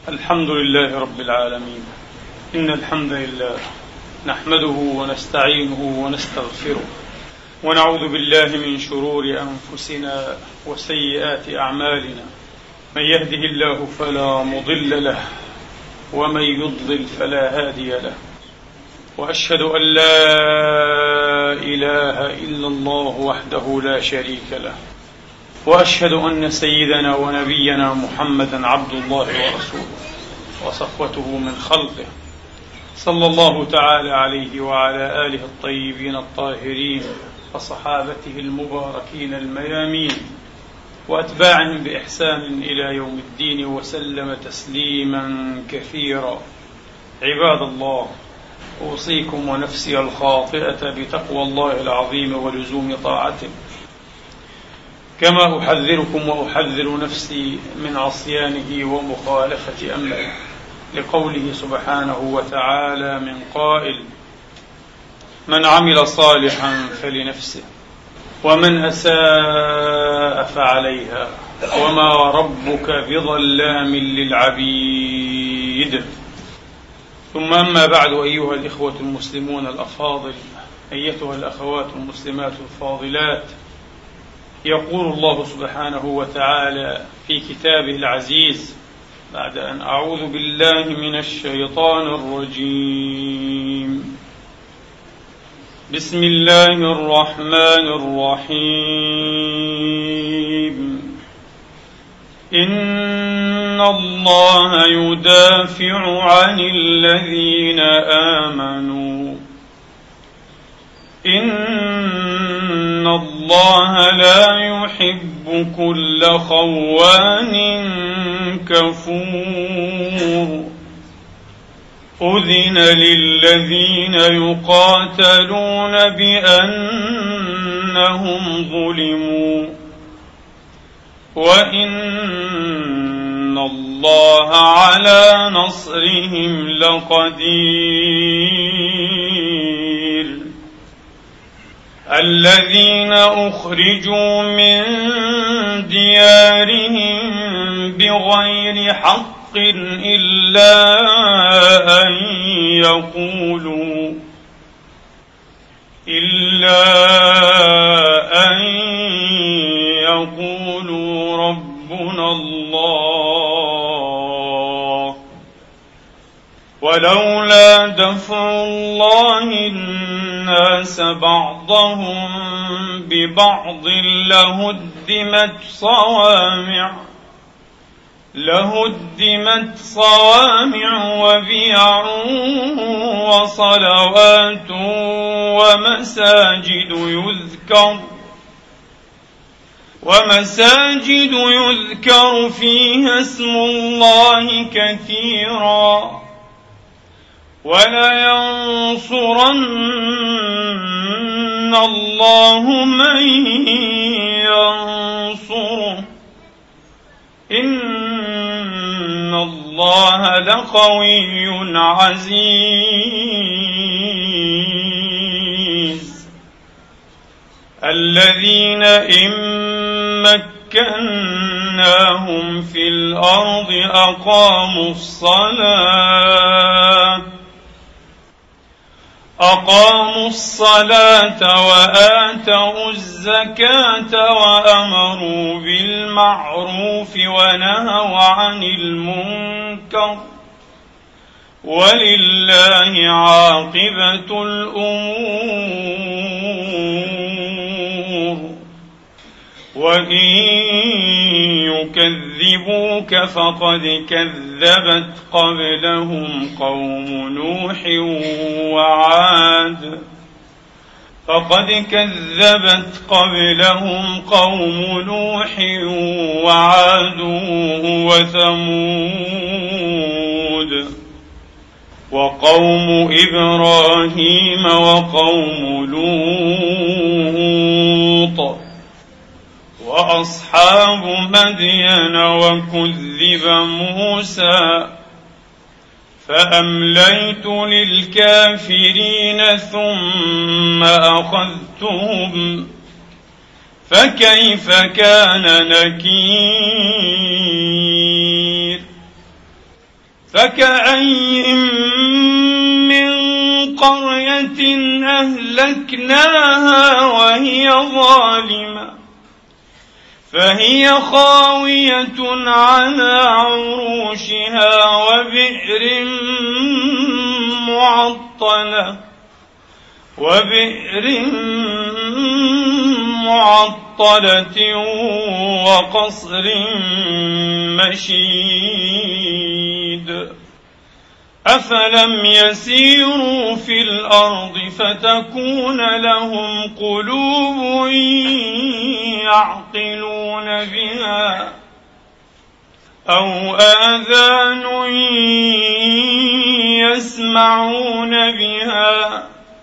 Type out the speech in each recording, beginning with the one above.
الحمد لله رب العالمين. إن الحمد لله نحمده ونستعينه ونستغفره ونعوذ بالله من شرور أنفسنا وسيئات أعمالنا. من يهده الله فلا مضل له ومن يضلل فلا هادي له، وأشهد أن لا إله إلا الله وحده لا شريك له، وأشهد أن سيدنا ونبينا محمدا عبد الله ورسوله وصفوته من خلقه، صلى الله تعالى عليه وعلى آله الطيبين الطاهرين وصحابته المباركين الميامين وأتباعهم بإحسان إلى يوم الدين، وسلم تسليما كثيرا. عباد الله، أوصيكم ونفسي الخاطئة بتقوى الله العظيم ولزوم طاعته، كما أحذركم وأحذر نفسي من عصيانه ومخالفة أمره، لقوله سبحانه وتعالى من قائل: من عمل صالحا فلنفسه ومن أساء فعليها وما ربك بظلام للعبيد. ثم أما بعد، أيها الإخوة المسلمون الأفاضل، أيتها الأخوات المسلمات الفاضلات، يقول الله سبحانه وتعالى في كتابه العزيز بعد أن أعوذ بالله من الشيطان الرجيم: بسم الله الرحمن الرحيم. إن الله يدافع عن الذين آمنوا، إن الله لا يحب كل خوان كفور. أذن للذين يقاتلون بأنهم ظلموا، وإن الله على نصرهم لقدير. الذين أخرجوا من ديارهم بغير حق إلا أن يقولوا ربنا الله، ولولا دفع الله الناس بعضهم ببعض لهدمت صوامع وبيع وصلوات ومساجد يذكر فيها اسم الله كثيرا، ولينصرن الله من ينصره، إن الله لقوي عزيز. الذين إن مكناهم في الأرض أقاموا الصلاة وآتوا الزكاة وأمروا بالمعروف ونهوا عن المنكر، ولله عاقبة الأمور. وإن يكذبوك فقد كذبت قبلهم قوم نوح وعاد وثمود وقوم إبراهيم وقوم لوط وأصحاب مدين، وكذب موسى فأمليت للكافرين ثم أخذتهم، فكيف كان نكير. فكأين من قرية أهلكناها وهي ظالمة فهي خاوية على عروشها وبئر معطلة وقصر مشيد أفلم يسيروا في الأرض فتكون لهم قلوب يعقلون بها أو آذان يسمعون بها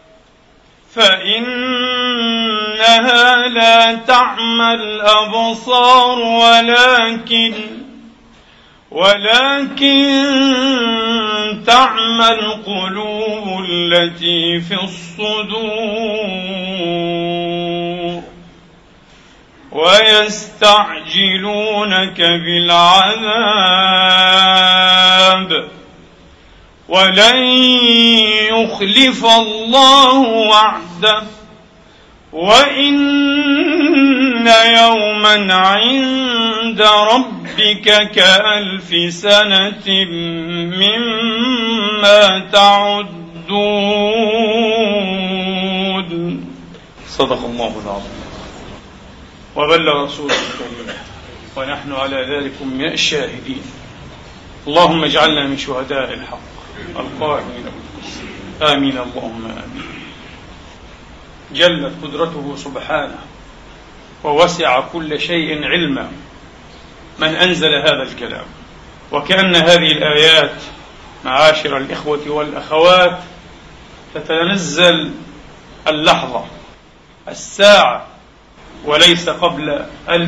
فإنها لا تعمى الأبصار ولكن تعمى القلوب التي في الصدور ويستعجلونك بالعذاب ولن يخلف الله وعده وإن يوما عند ربك كألف سنة مما تعدون. صدق الله العظيم وبلغ رسوله الكريم ونحن على ذلك من الشاهدين. اللهم اجعلنا من شهداء الحق القائمين بالقسط. آمين اللهم آمين. جلت قدرته سبحانه ووسع كل شيء علما من أنزل هذا الكلام، وكأن هذه الآيات معاشر الإخوة والأخوات تتنزل اللحظة الساعة وليس قبل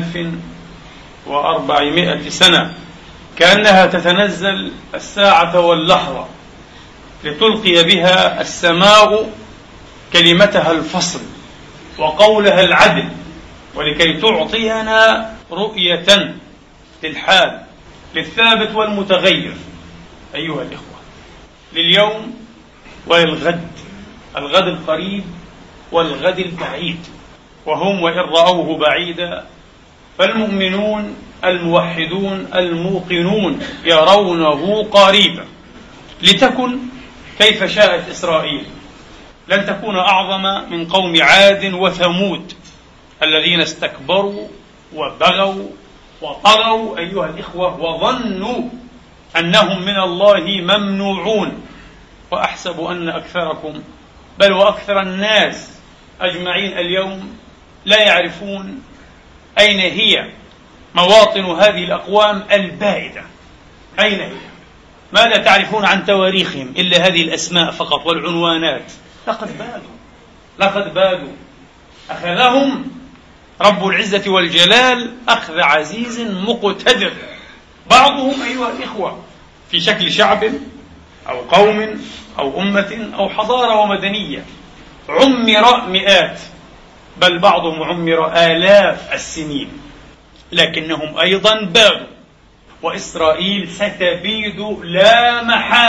1400 سنة، كأنها تتنزل الساعة واللحظة لتلقي بها السماء كلمتها الفصل وقولها العدل، ولكي تعطينا رؤية للحال للثابت والمتغير أيها الإخوة، لليوم وللغد، الغد القريب والغد البعيد، وهم وإن رأوه بعيدا فالمؤمنون الموحدون الموقنون يرونه قريبا. لتكن كيف شاءت إسرائيل، لن تكون أعظم من قوم عاد وثمود الذين استكبروا وبغوا وطغوا أيها الإخوة وظنوا أنهم من الله ممنوعون. وأحسب أن أكثركم بل وأكثر الناس أجمعين اليوم لا يعرفون أين هي مواطن هذه الأقوام البائدة، أين هي؟ ما لا تعرفون عن تواريخهم إلا هذه الأسماء فقط والعنوانات. لقد بادوا أخذهم رب العزة والجلال أخذ عزيز مقتدر، بعضهم أيها الإخوة في شكل شعب أو قوم أو أمة أو حضارة ومدنية عمر مئات بل بعضهم عمر آلاف السنين، لكنهم أيضا بادوا. وإسرائيل ستبيد لا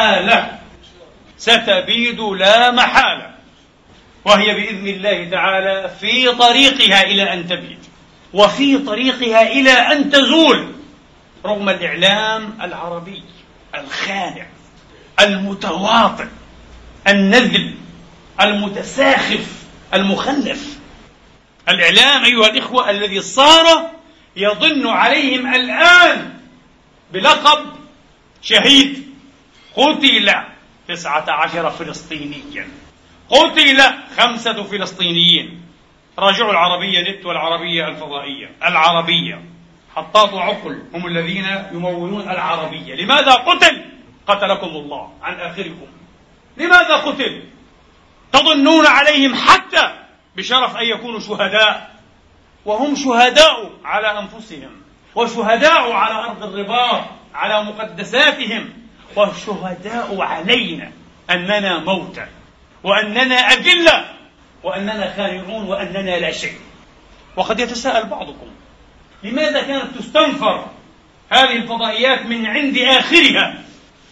محالة، وهي بإذن الله تعالى في طريقها إلى أن تبيد وفي طريقها إلى أن تزول، رغم الإعلام العربي الخانع المتواطئ النذل المتساخف المخنث. الإعلام أيها الإخوة الذي صار يضن عليهم الآن بلقب شهيد. قتل 19 فلسطينيا، قتل 5 فلسطينيين. راجعوا العربية نت والعربية الفضائية. العربية حطاط عقل هم الذين يمولون العربية. لماذا قتل؟ قتلكم الله عن آخركم. لماذا قتل؟ تظنون عليهم حتى بشرف أن يكونوا شهداء، وهم شهداء على أنفسهم وشهداء على أرض الرباط على مقدساتهم، وشهداء علينا أننا موتى وأننا أذلة وأننا خانعون وأننا لا شيء. وقد يتساءل بعضكم لماذا كانت تستنفر هذه الفضائيات من عند آخرها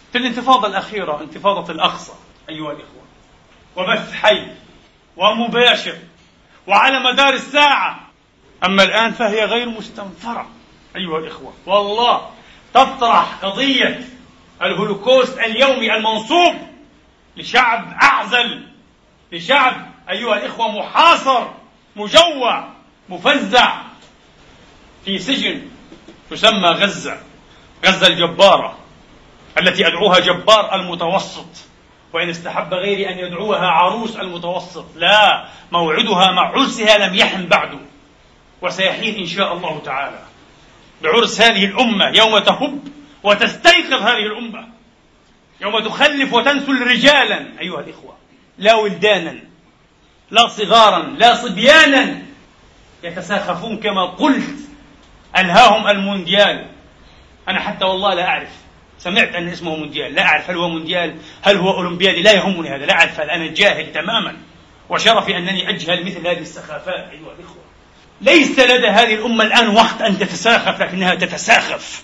في الانتفاضة الأخيرة، انتفاضة الأقصى أيها الإخوة، وبث حي ومباشر وعلى مدار الساعة. أما الآن فهي غير مستنفرة أيها الإخوة. والله تطرح قضية الهولوكوست اليومي المنصوب لشعب أعزل، لشعب أيها الإخوة محاصر مجوع مفزع في سجن تسمى غزة، غزة الجبارة التي أدعوها جبار المتوسط، وإن استحب غيري أن يدعوها عروس المتوسط. لا، موعدها مع عرسها لم يحن بعد، وسيحين إن شاء الله تعالى بعرس هذه الأمة يوم تهب وتستيقظ هذه الأمة، يوم تخلف وتنسل رجالا أيها الإخوة، لا ولدانا لا صغارا لا صبيانا، يتساخفون كما قلت، ألهاهم المونديال. أنا حتى والله لا أعرف، سمعت أن اسمه مونديال، لا أعرف هل هو مونديال هل هو أولمبيادي، لا يهمني هذا، لا أعرف هذا، أنا جاهل تماما، وشرفي أنني أجهل مثل هذه السخافات أيها الإخوة. ليس لدى هذه الأمة الآن وقت أن تتساخف، لكنها تتساخف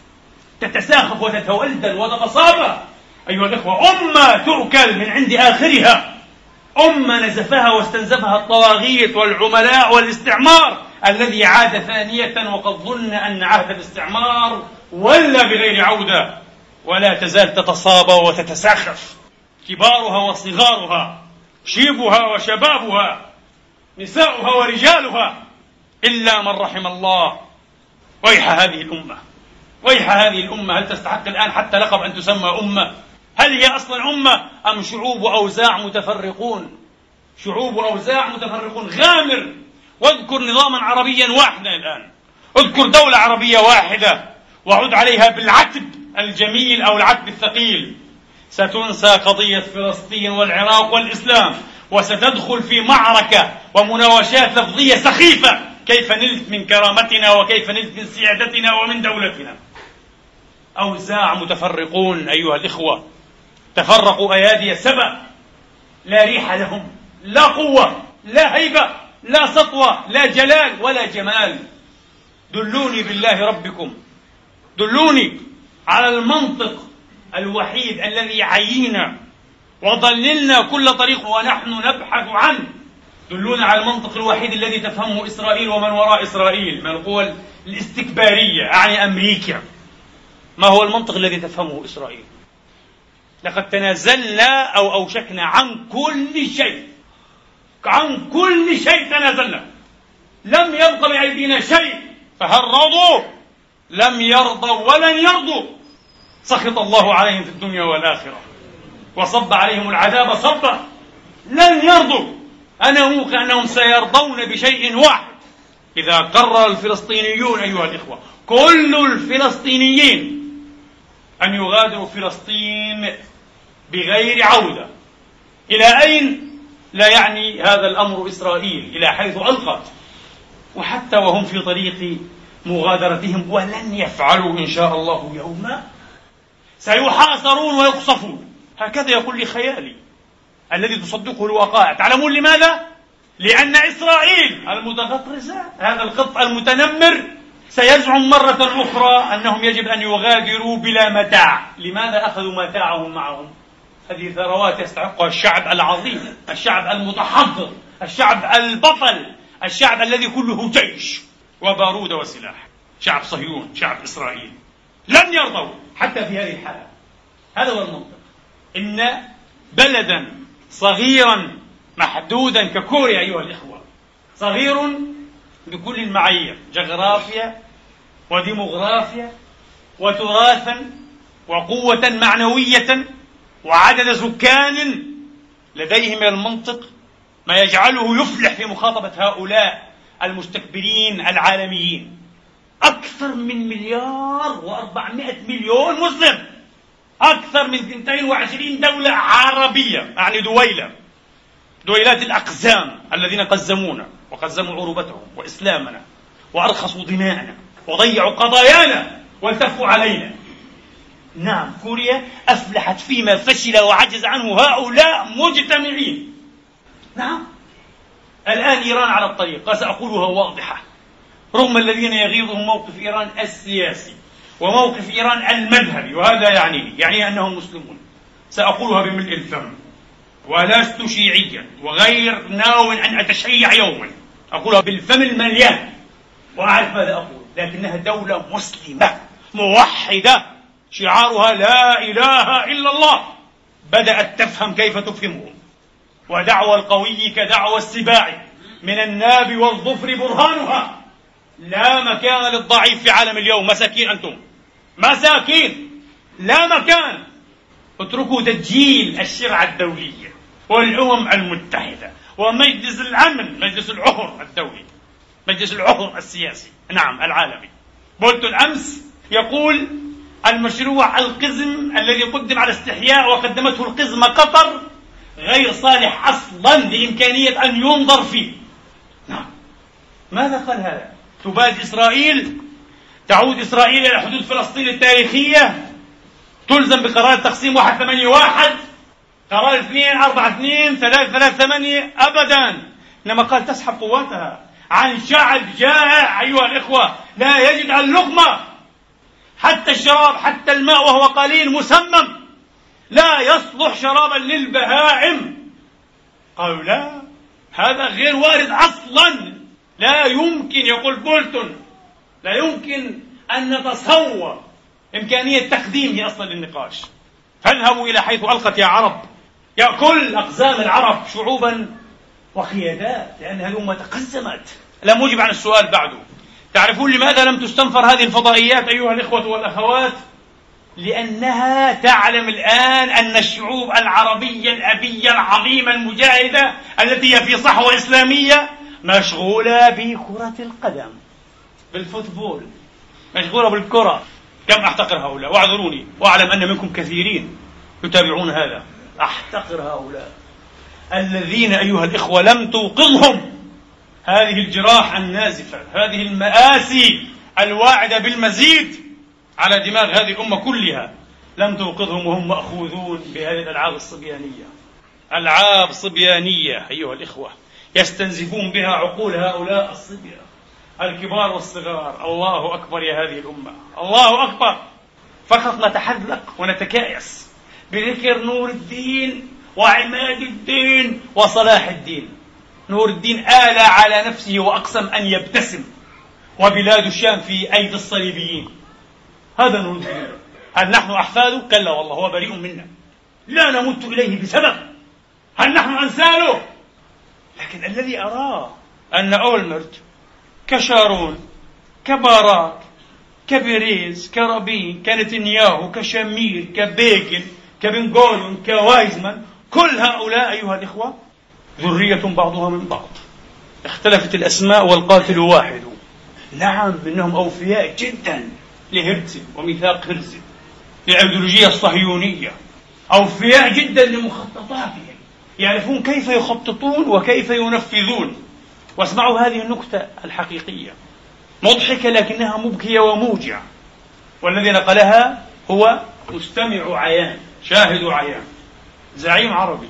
وتتولدل وتتصابى أيها الإخوة. أمة تؤكل من عند آخرها، أمة نزفها واستنزفها الطواغيت والعملاء والاستعمار الذي عاد ثانية، وقد ظن أن عهد الاستعمار ولا بغير عودة، ولا تزال تتصابى وتتساخف، كبارها وصغارها، شيبها وشبابها، نساؤها ورجالها، إلا من رحم الله. ويح هذه الأمة، ويح هذه الأمة، هل تستحق الآن حتى لقب أن تسمى أمة؟ هل هي أصلا أمة أم شعوب وأوزاع متفرقون؟ شعوب وأوزاع متفرقون. غامر واذكر نظاما عربيا واحدا الآن، اذكر دولة عربية واحدة وعد عليها بالعتب الجميل أو العتب الثقيل. ستنسى قضية فلسطين والعراق والإسلام، وستدخل في معركة ومناوشات لفظية سخيفة، كيف نلت من كرامتنا وكيف نلت من سيادتنا ومن دولتنا. أوزاع متفرقون أيها الإخوة، تفرقوا أيادي سبأ، لا ريح لهم، لا قوة لا هيبة لا سطوة لا جلال ولا جمال. دلوني بالله ربكم، دلوني على المنطق الوحيد الذي عيينا وضللنا كل طريق ونحن نبحث عنه. دلونا على المنطق الوحيد الذي تفهمه إسرائيل ومن وراء إسرائيل من القوى الاستكبارية، أعني أمريكا. ما هو المنطق الذي تفهمه إسرائيل؟ لقد تنازلنا أو أوشكنا عن كل شيء، عن كل شيء تنازلنا، لم يبق بأيدينا شيء، فهل رضوا؟ لم يرضوا ولن يرضوا. سخط الله عليهم في الدنيا والآخرة وصب عليهم العذاب صبا، لن يرضوا. أنا موقع أنهم سيرضون بشيء واحد، إذا قرر الفلسطينيون أيها الإخوة، كل الفلسطينيين، أن يغادروا فلسطين بغير عودة. إلى أين؟ لا يعني هذا الأمر إسرائيل، إلى حيث ألقت، وحتى وهم في طريق مغادرتهم ولن يفعلوا إن شاء الله يوما، سيحاصرون ويقصفون. هكذا يقول لي خيالي الذي تصدقه الوقائع. تعلمون لماذا؟ لأن إسرائيل المتغطرسة، هذا القط المتنمر، سيزعم مرة أخرى أنهم يجب أن يغادروا بلا متاع. لماذا أخذوا متاعهم معهم؟ هذه ثروات يستحقها الشعب العظيم، الشعب المتحضر، الشعب البطل، الشعب الذي كله جيش وبارود وسلاح، شعب صهيون، شعب إسرائيل. لن يرضوا حتى في هذه الحالة. هذا هو المنطق. إن بلدا صغيرا محدودا ككوريا أيها الإخوة، صغير بكل المعايير، جغرافيا وديموغرافيا وتراثا وقوة معنوية وعدد سكان، لديه من المنطق ما يجعله يفلح في مخاطبة هؤلاء المستكبرين العالميين. أكثر من 1,400,000,000 مسلم، أكثر من 22 دولة عربية، يعني دويلات الأقزام الذين قزمونا وقزموا عروبتهم وإسلامنا وأرخصوا دماءنا وضيعوا قضايانا والتفوا علينا. نعم، كوريا أفلحت فيما فشل وعجز عنه هؤلاء مجتمعين. نعم، الآن إيران على الطريق، وسأقولها واضحة، رغم الذين يغيظهم موقف إيران السياسي وموقف إيران المذهبي، وهذا يعني أنهم مسلمون، سأقولها بملء الفم، ولست شيعيا وغير ناو أن أتشيع يوما، أقولها بالفم المليان وأعرف ماذا أقول، لكنها دولة مسلمة موحدة شعارها لا إله إلا الله، بدأت تفهم كيف تفهمهم، ودعوى القوي كدعوى السباع من الناب والظفر برهانها، لا مكان للضعيف في عالم اليوم. مساكين أنتم، مساكين، لا مكان. اتركوا تدجيل الشرعة الدولية والأمم المتحدة ومجلس الأمن، مجلس العهر الدولي، مجلس العهر السياسي، نعم العالمي. بولتون أمس يقول المشروع القزم الذي قدم على استحياء وقدمته القزم قطر غير صالح أصلا لإمكانية أن ينظر فيه. نعم، ماذا قال هذا؟ تباد إسرائيل، تعود إسرائيل إلى حدود فلسطين التاريخية، تلزم بقرار تقسيم 181، قرار 242 338 أبدا، إنما قال تسحب قواتها عن شعب جائع أيها الإخوة لا يجد اللقمة، حتى الشراب حتى الماء وهو قليل مسمم، لا يصلح شرابا للبهائم. قالوا لا، هذا غير وارد أصلا، لا يمكن، يقول بولتون، لا يمكن أن نتصور إمكانية تقديمه أصلا للنقاش. فاذهبوا إلى حيث ألقت يا عرب، يا كل أقزام العرب شعوبا وقيادات، لأن هذه الأمة تقزمت. لا موجب عن السؤال بعده. تعرفون لماذا لم تستنفر هذه الفضائيات أيها الإخوة والأخوات؟ لأنها تعلم الآن أن الشعوب العربية الأبية العظيمة المجاهدة التي هي في صحوة إسلامية مشغولة بكرة القدم، بالفوتبول، مشغولة بالكرة. كم أحتقر هؤلاء، واعذروني، وأعلم أن منكم كثيرين يتابعون هذا. أحتقر هؤلاء الذين أيها الإخوة لم توقظهم هذه الجراح النازفة، هذه المآسي الواعدة بالمزيد على دماغ هذه الأمة كلها، لم توقظهم وهم مأخوذون بهذه الألعاب الصبيانية. ألعاب صبيانية أيها الإخوة يستنزفون بها عقول هؤلاء الصبية الكبار والصغار. الله أكبر يا هذه الأمة، الله أكبر. فقط نتحذلق ونتكايس بذكر نور الدين وعماد الدين وصلاح الدين. نور الدين آلى على نفسه وأقسم أن يبتسم، وبلاد الشام في أيدي الصليبيين. هذا نور الدين. هل نحن أحفاده؟ كلا والله، هو بريء منا، لا نمت إليه بسبب. هل نحن أنساله؟ لكن الذي أراه أن أولمرت كشارون كباراك كبيريز كرابين كنتنياهو كشامير كبيجن كبنغوريون كوايزمان، كل هؤلاء أيها الإخوة ذرية بعضها من بعض، اختلفت الأسماء والقاتل واحد. نعم، إنهم أوفياء جدا لهرتزل وميثاق هرتزل، للأيديولوجية الصهيونية، أوفياء جدا لمخططاتهم، يعرفون كيف يخططون وكيف ينفذون. واسمعوا هذه النكتة الحقيقية، مضحكة لكنها مبكية وموجعة، والذي نقلها هو مستمع عيان شاهد عيان، زعيم عربي،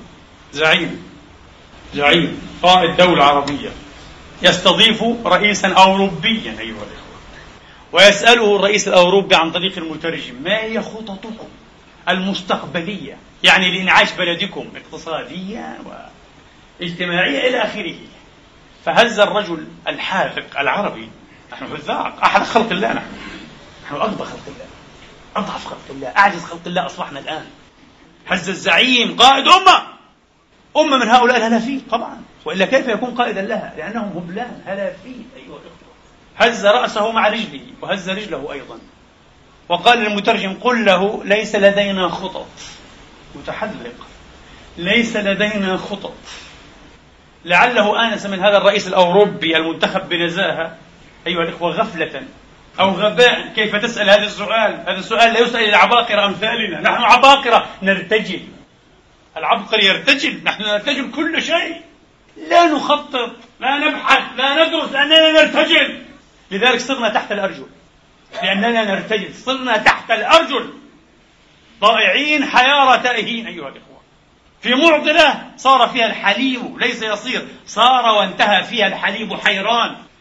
زعيم قائد دولة عربية يستضيف رئيسا أوروبيا أيها الإخوة، ويسأله الرئيس الأوروبي عن طريق المترجم: ما هي خططكم المستقبلية يعني لإنعاش بلدكم اقتصاديا واجتماعيا إلى آخره؟ فهز الرجل الحاذق العربي، نحن حذاق، أحد خلق الله، نحن أغبى خلق الله، أضعف خلق الله، أعجز خلق الله أصبحنا الآن. هز الزعيم قائد أمة من هؤلاء الهلافين طبعا، وإلا كيف يكون قائدا لها؟ لأنهم هبلان هلافين أيها الأخوة. هز رأسه مع رجله وهز رجله أيضا، وقال للمترجم: قل له ليس لدينا خطط. متحذلق، ليس لدينا خطط. لعله آنس من هذا الرئيس الأوروبي المنتخب بنزاهة أيها الإخوة غفلة أو غباء. كيف تسأل هذا السؤال؟ هذا السؤال لا يسأل العباقرة أمثالنا، نحن عباقرة نرتجل، العبقري يرتجل، نحن نرتجل كل شيء، لا نخطط، لا نبحث، لا ندرس، لأننا نرتجل. لذلك صرنا تحت الأرجل، لأننا نرتجل، صرنا تحت الأرجل، ضائعين حيارى تائهين أيها الإخوة. في معضلة صار فيها الحليب ليس يصير، صار وانتهى فيها الحليب حيران.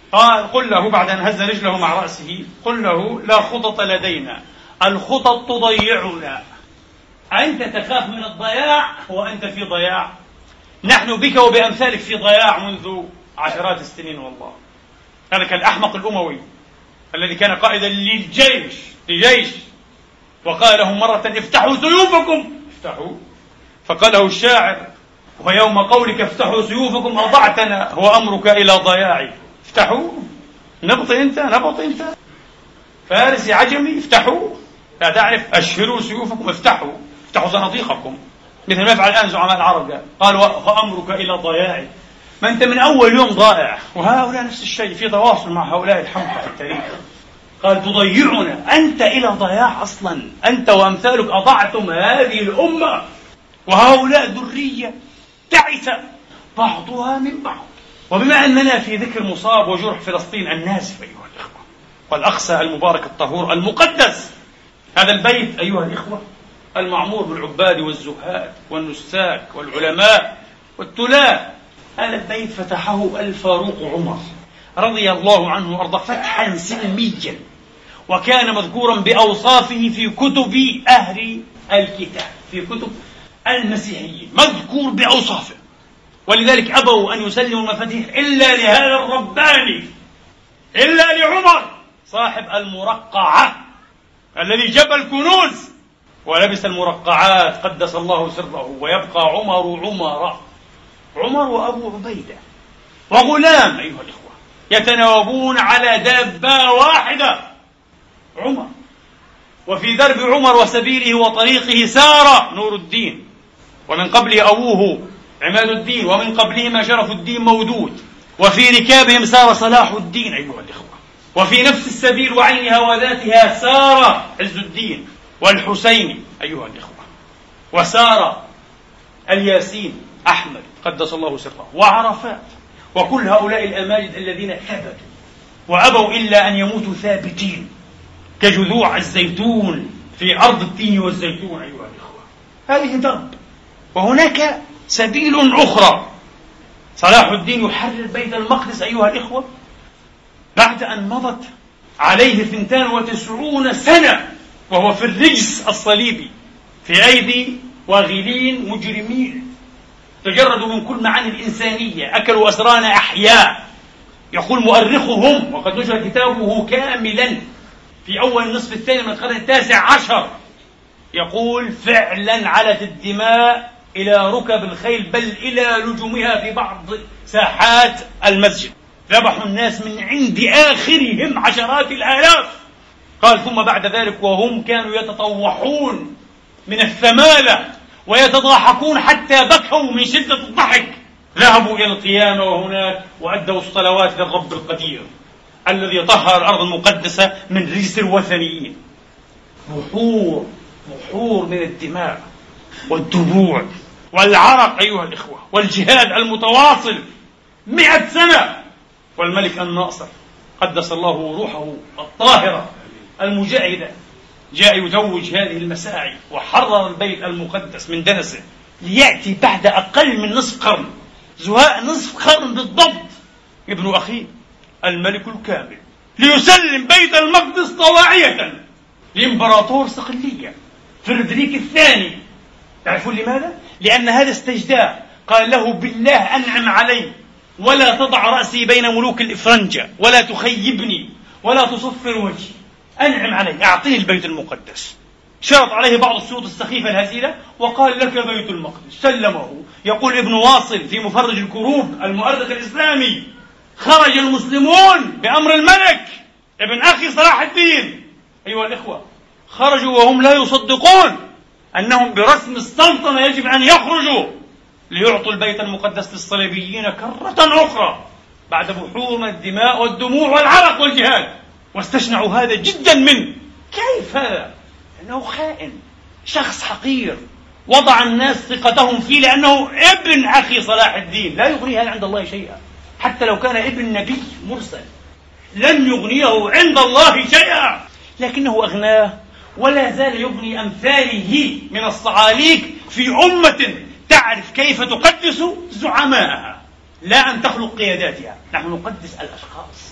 قال قل له بعد أن هز رجله مع رأسه قل له لا خطط لدينا، الخطط تضيعنا، أنت تخاف من الضياع وأنت في ضياع، نحن بك وبأمثالك في ضياع منذ عشرات السنين. والله هذا كالأحمق الأموي الذي كان قائدا لجيش وقال لهم مرة افتحوا سيوفكم، افتحوا، فقال له الشاعر ويوم قولك افتحوا سيوفكم أضعتنا وأمرك إلى ضياعي، افتحوا، نبط أنت فارسي عجمي، افتحوا، لا تعرف، أشهروا سيوفكم، افتحوا صناديقكم، مثل ما يفعل الآن زعماء العرب. قال وأمرك إلى ضياعي، ما أنت من أول يوم ضائع، وهؤلاء نفس الشيء، في تواصل مع هؤلاء الحمقى في التاريخ. قال تضيعنا، أنت إلى ضياع أصلا، أنت وأمثالك أضعتم هذه الأمة، وهؤلاء ذرية تعس بعضها من بعض. وبما أننا في ذكر مصاب وجرح فلسطين النازف أيها الإخوة، والأقصى المبارك الطهور المقدس، هذا البيت أيها الإخوة المعمور بالعباد والزهاد والنساك والعلماء والتلاة، هذا البيت فتحه الفاروق عمر رضي الله عنه وأرضاه فتحا سلميا، وكان مذكورا بأوصافه في كتب أهل الكتاب، في كتب المسيحيين مذكور بأوصافه، ولذلك أبوا أن يسلموا المفاتيح إلا لهذا الرباني، إلا لعمر صاحب المرقعة الذي جاب الكنوز ولبس المرقعات قدس الله سره. ويبقى عمر وأبو عبيدة وغلام أيها الإخوة يتناوبون على دابة واحدة، عمر. وفي درب عمر وسبيله وطريقه سار نور الدين، ومن قبله أبوه عماد الدين، ومن قبلهما شرف الدين مودود، وفي ركابهم سار صلاح الدين أيها الإخوة، وفي نفس السبيل وعينها وذاتها سار عز الدين والحسين أيها الإخوة، وسار الياسين أحمد قدس الله سره، وعرفات، وكل هؤلاء الأماجد الذين ثبتوا وأبوا إلا أن يموتوا ثابتين كجذوع الزيتون في أرض التين والزيتون أيها الإخوة. هذه درب، وهناك سبيل أخرى. صلاح الدين يحرر بيت المقدس أيها الإخوة بعد أن مضت عليه 92 سنة وهو في الرجس الصليبي في أيدي واغلين مجرمين تجردوا من كل معاني الإنسانية، أكلوا أسرانا أحياء. يقول مؤرخهم وقد نشر كتابه كاملا في أول النصف الثاني من القرن 19، يقول فعلا علت الدماء إلى ركب الخيل بل إلى لجومها في بعض ساحات المسجد، ذبحوا الناس من عند آخرهم عشرات الآلاف. قال ثم بعد ذلك وهم كانوا يتطوحون من الثمالة ويتضاحكون حتى بكوا من شدة الضحك، ذهبوا إلى القيامة وهناك وأدوا الصلوات للرب القدير الذي طهر الأرض المقدسة من رجس الوثنيين. بحور من الدماء والدموع والعرق أيها الإخوة، والجهاد المتواصل 100 سنة. والملك الناصر قدس الله روحه الطاهرة المجاهدة جاء يتوج هذه المساعي وحرر البيت المقدس من دنسه، ليأتي بعد أقل من نصف قرن، زهاء نصف قرن بالضبط، ابن أخيه الملك الكامل ليسلم بيت المقدس طواعية لإمبراطور صقلية فريدريك الثاني. تعرفون لماذا؟ لأن هذا استجداه، قال له بالله أنعم علي ولا تضع رأسي بين ملوك الإفرنجة ولا تخيبني ولا تصفر وجهي، أنعم علي، أعطيني البيت المقدس. شرط عليه بعض الشروط السخيفة الهزيلة وقال لك بيت المقدس، سلمه. يقول ابن واصل في مفرج الكروب المؤرخ الإسلامي خرج المسلمون بأمر الملك ابن أخي صلاح الدين أيها الإخوة، خرجوا وهم لا يصدقون أنهم برسم السلطنة يجب أن يخرجوا ليعطوا البيت المقدس للصليبيين كرة أخرى بعد بحور من الدماء والدموع والعرق والجهاد. واستشنعوا هذا جدا منه. كيف هذا؟ أنه خائن، شخص حقير وضع الناس ثقتهم فيه لأنه ابن أخي صلاح الدين، لا يغني هذا عند الله شيئا، حتى لو كان ابن نبي مرسل لن يغنيه عند الله شيئا، لكنه أغناه ولا زال يغني أمثاله من الصعاليك في أمة تعرف كيف تقدس زعماءها لا أن تخلق قياداتها. نحن نقدس الأشخاص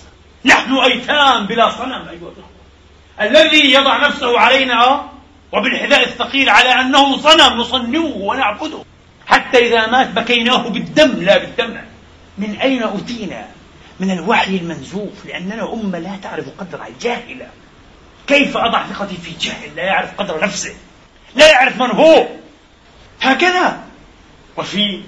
نحن أيتام بلا صنم أيها الأخوة. الذي يضع نفسه علينا وبالحذاء الثقيل على أنه صنم نصنوه ونعبده، حتى إذا مات بكيناه بالدم لا بالدمع. من أين أتينا؟ من الوحي المنزوف، لأننا أمة لا تعرف قدرها، جاهلة. كيف أضع ثقتي في جاهل لا يعرف قدر نفسه، لا يعرف من هو؟ هكذا. وفي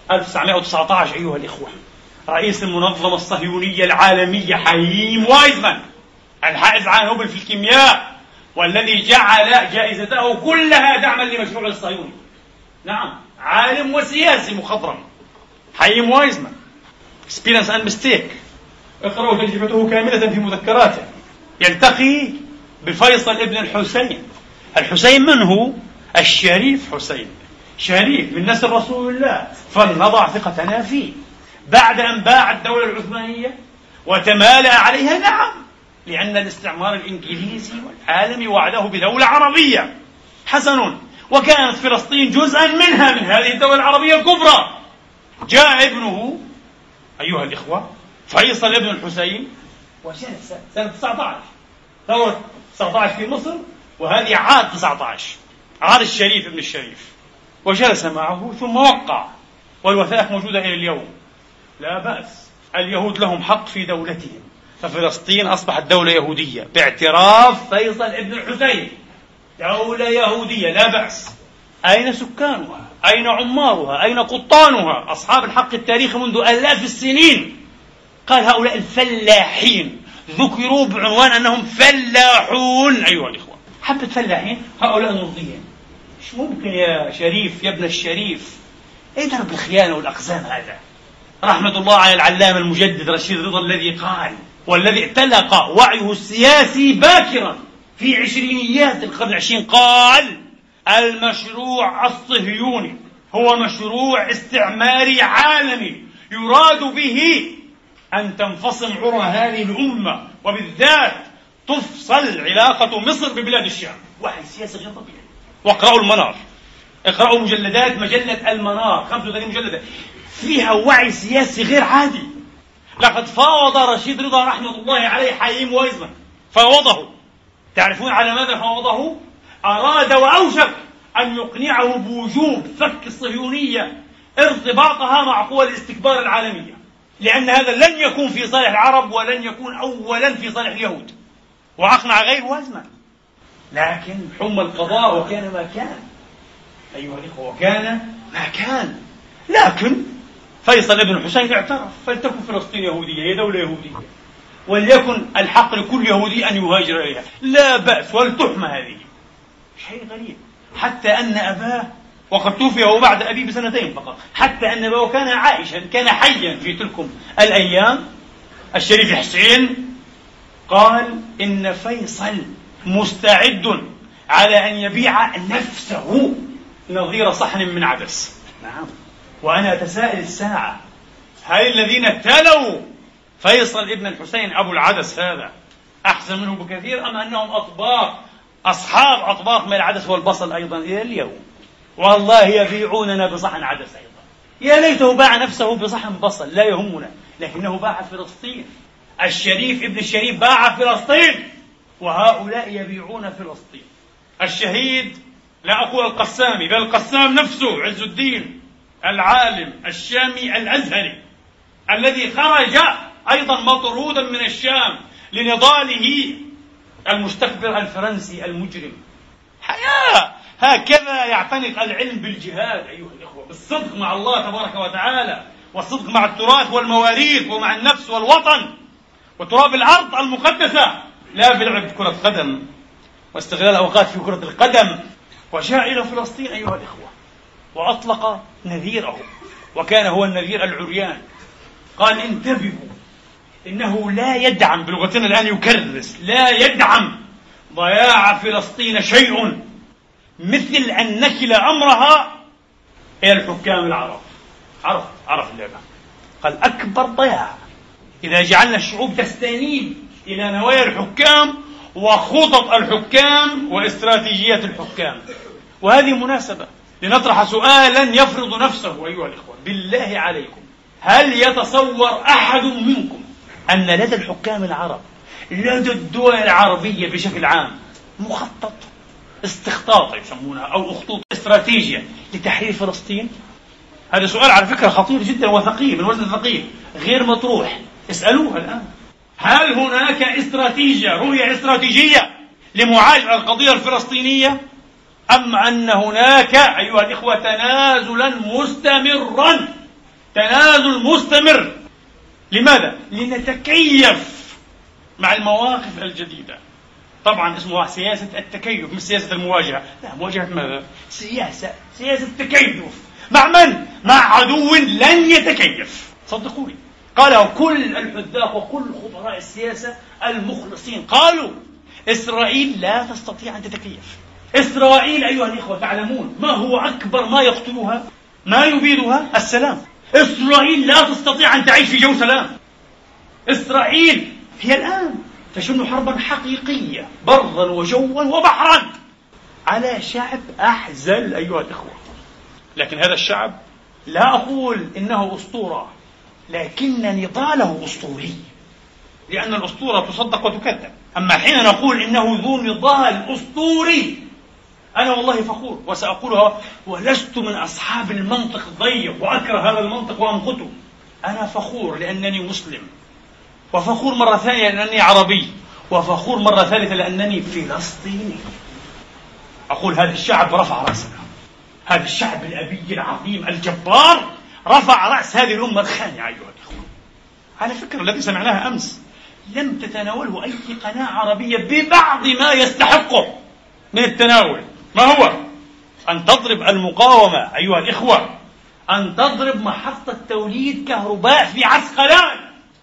1919 أيها الإخوة، رئيس المنظمة الصهيونية العالمية حايم وايزمان، الحائز على نوبل في الكيمياء والذي جعل جائزته كلها دعما لمشروع الصهيوني، نعم، عالم وسياسي مخضرم، حايم وايزمان، experience and mistake، اقرأوا تجربته كاملة في مذكراته. يلتقي بفيصل ابن الحسين. الحسين من هو؟ الشريف حسين، شريف من نسل رسول الله، فلنضع ثقتنا فيه بعد أن باع الدولة العثمانية وتمالأ عليها، نعم، لأن الاستعمار الإنجليزي والعالمي وعده بدولة عربية. حسن، وكانت فلسطين جزءا منها، من هذه الدولة العربية الكبرى. جاء ابنه أيها الإخوة فيصل ابن الحسين وجلس سنة 19 ثورة 19 في مصر، وهذه عاد 19 عاد الشريف ابن الشريف، وجلس معه ثم وقع، والوثائق موجودة إلى اليوم. لا بأس، اليهود لهم حق في دولتهم، ففلسطين أصبحت دولة يهودية باعتراف فيصل ابن الحسين، دولة يهودية لا بأس. أين سكانها؟ أين عمارها؟ أين قطانها؟ أصحاب الحق التاريخي منذ آلاف السنين. قال هؤلاء الفلاحين ذكروا بعنوان أنهم فلاحون أيها الإخوة. حبة فلاحين، هؤلاء مرضيين. مش ممكن يا شريف يا ابن الشريف، ايه درب الخيانة والأقزام هذا؟ رحمة الله على العلامة المجدد رشيد رضا الذي قال، والذي اعتلق وعيه السياسي باكرا في عشرينيات القرن العشرين، قال المشروع الصهيوني هو مشروع استعماري عالمي يراد به أن تنفصل عرى هذه الأمة، وبالذات تفصل علاقة مصر ببلاد الشام. وحي سياسي غير طبيعي. واقرأوا المنار، اقرأوا مجلدات مجلة المنار 35 مجلدة، فيها وعي سياسي غير عادي. لقد فاوض رشيد رضا رحمة الله عليه حايم وايزمان، فاوضه. تعرفون على ماذا فاوضه؟ أراد وأوشك أن يقنعه بوجوب فك الصهيونية ارتباطها مع قوى الاستكبار العالمية، لأن هذا لن يكون في صالح العرب ولن يكون أولا في صالح اليهود. وأقنع غير وايزمان، لكن حم القضاء وكان ما كان أيها الإخوة، وكان ما كان. لكن فيصل ابن الحسين اعترف، فلتكن فلسطين يهودية، هي دولة يهودية، وليكن الحق لكل يهودي أن يهاجر إليها، لا بأس، ولتحمى هذه. شيء غريب، حتى أن أباه، وقد توفي هو بعد أبيه بسنتين فقط، حتى أن أباه كان عائشا، كان حيا في تلكم الأيام، الشريف حسين، قال إن فيصل مستعد على أن يبيع نفسه نظير صحن من عدس. نعم. وأنا أتساءل الساعة، هل الذين تلوا فيصل ابن الحسين أبو العدس هذا أحسن منه بكثير، أم أنهم أطباق أصحاب أطباق من العدس والبصل أيضا إلى اليوم؟ والله يبيعوننا بصحن عدس أيضا. يا ليته باع نفسه بصحن بصل، لا يهمنا، لكنه باع فلسطين. الشريف ابن الشريف باع فلسطين، وهؤلاء يبيعون فلسطين. الشهيد، لا أقول القسامي، بل القسام نفسه عز الدين العالم الشامي الأزهري، الذي خرج أيضا مطرودا من الشام لنضاله المستكبر الفرنسي المجرم. حياة هكذا يعتنق العلم بالجهاد أيها الإخوة، بالصدق مع الله تبارك وتعالى، والصدق مع التراث والمواريث ومع النفس والوطن وتراب الأرض المقدسة، لا بلعب كرة قدم واستغلال الأوقات في كرة القدم. وجاء إلى فلسطين أيها الإخوة وأطلق نذيره، وكان هو النذير العريان. قال انتبهوا، إنه لا يدعم، بلغتنا الآن يكرس، لا يدعم ضياع فلسطين شيء مثل أن نكل أمرها إلى الحكام العرب. عرف اللعبة. قال أكبر ضياع إذا جعلنا الشعوب تستنيب إلى نوايا الحكام وخطط الحكام واستراتيجيات الحكام. وهذه مناسبة لنطرح سؤالا يفرض نفسه أيها الإخوة، بالله عليكم، هل يتصور أحد منكم أن لدى الحكام العرب، لدى الدول العربية بشكل عام، مخطط استخطاط يسمونها أو خطوط استراتيجية لتحرير فلسطين؟ هذا سؤال على فكرة خطير جدا وثقيل، من وزن ثقيل غير مطروح. اسألوها الآن. هل هناك استراتيجية، رؤية استراتيجية لمعالجة القضية الفلسطينية، أم أن هناك أيها الإخوة تنازلا مستمرا، تنازل مستمر؟ لماذا؟ لنتكيف مع المواقف الجديدة. طبعا اسمها سياسة التكيف مش سياسة المواجهة. لا، مواجهة ماذا؟ سياسة تكيف. مع من؟ مع عدو لن يتكيف، صدقوني. قاله كل الحذاق وكل خبراء السياسة المخلصين، قالوا إسرائيل لا تستطيع أن تتكيف. إسرائيل أيها الإخوة تعلمون ما هو أكبر ما يقتلها، ما يبيدها؟ السلام. إسرائيل لا تستطيع أن تعيش في جو سلام. إسرائيل هي الآن تشن حربا حقيقية برا وجوا وبحرا على شعب أحزل أيها الإخوة. لكن هذا الشعب لا أقول إنه أسطورة، لكن نضاله أسطوري، لأن الأسطورة تصدق وتكذب. أما حين نقول إنه ذو نضال أسطوري، أنا والله فخور وسأقولها، ولست من أصحاب المنطق الضيق وأكره هذا المنطق وأمقته. أنا فخور لأنني مسلم، وفخور مرة ثانية لأنني عربي، وفخور مرة ثالثة لأنني فلسطيني. أقول هذا الشعب رفع رأسنا، هذا الشعب الأبي العظيم الجبار رفع رأس هذه الأمة الخانعة أيها الأخوة. على فكرة الذي سمعناها أمس لم تتناوله أي قناة عربية ببعض ما يستحقه من التناول. ما هو؟ أن تضرب المقاومة أيها الإخوة، أن تضرب محطة توليد كهرباء في عسقلان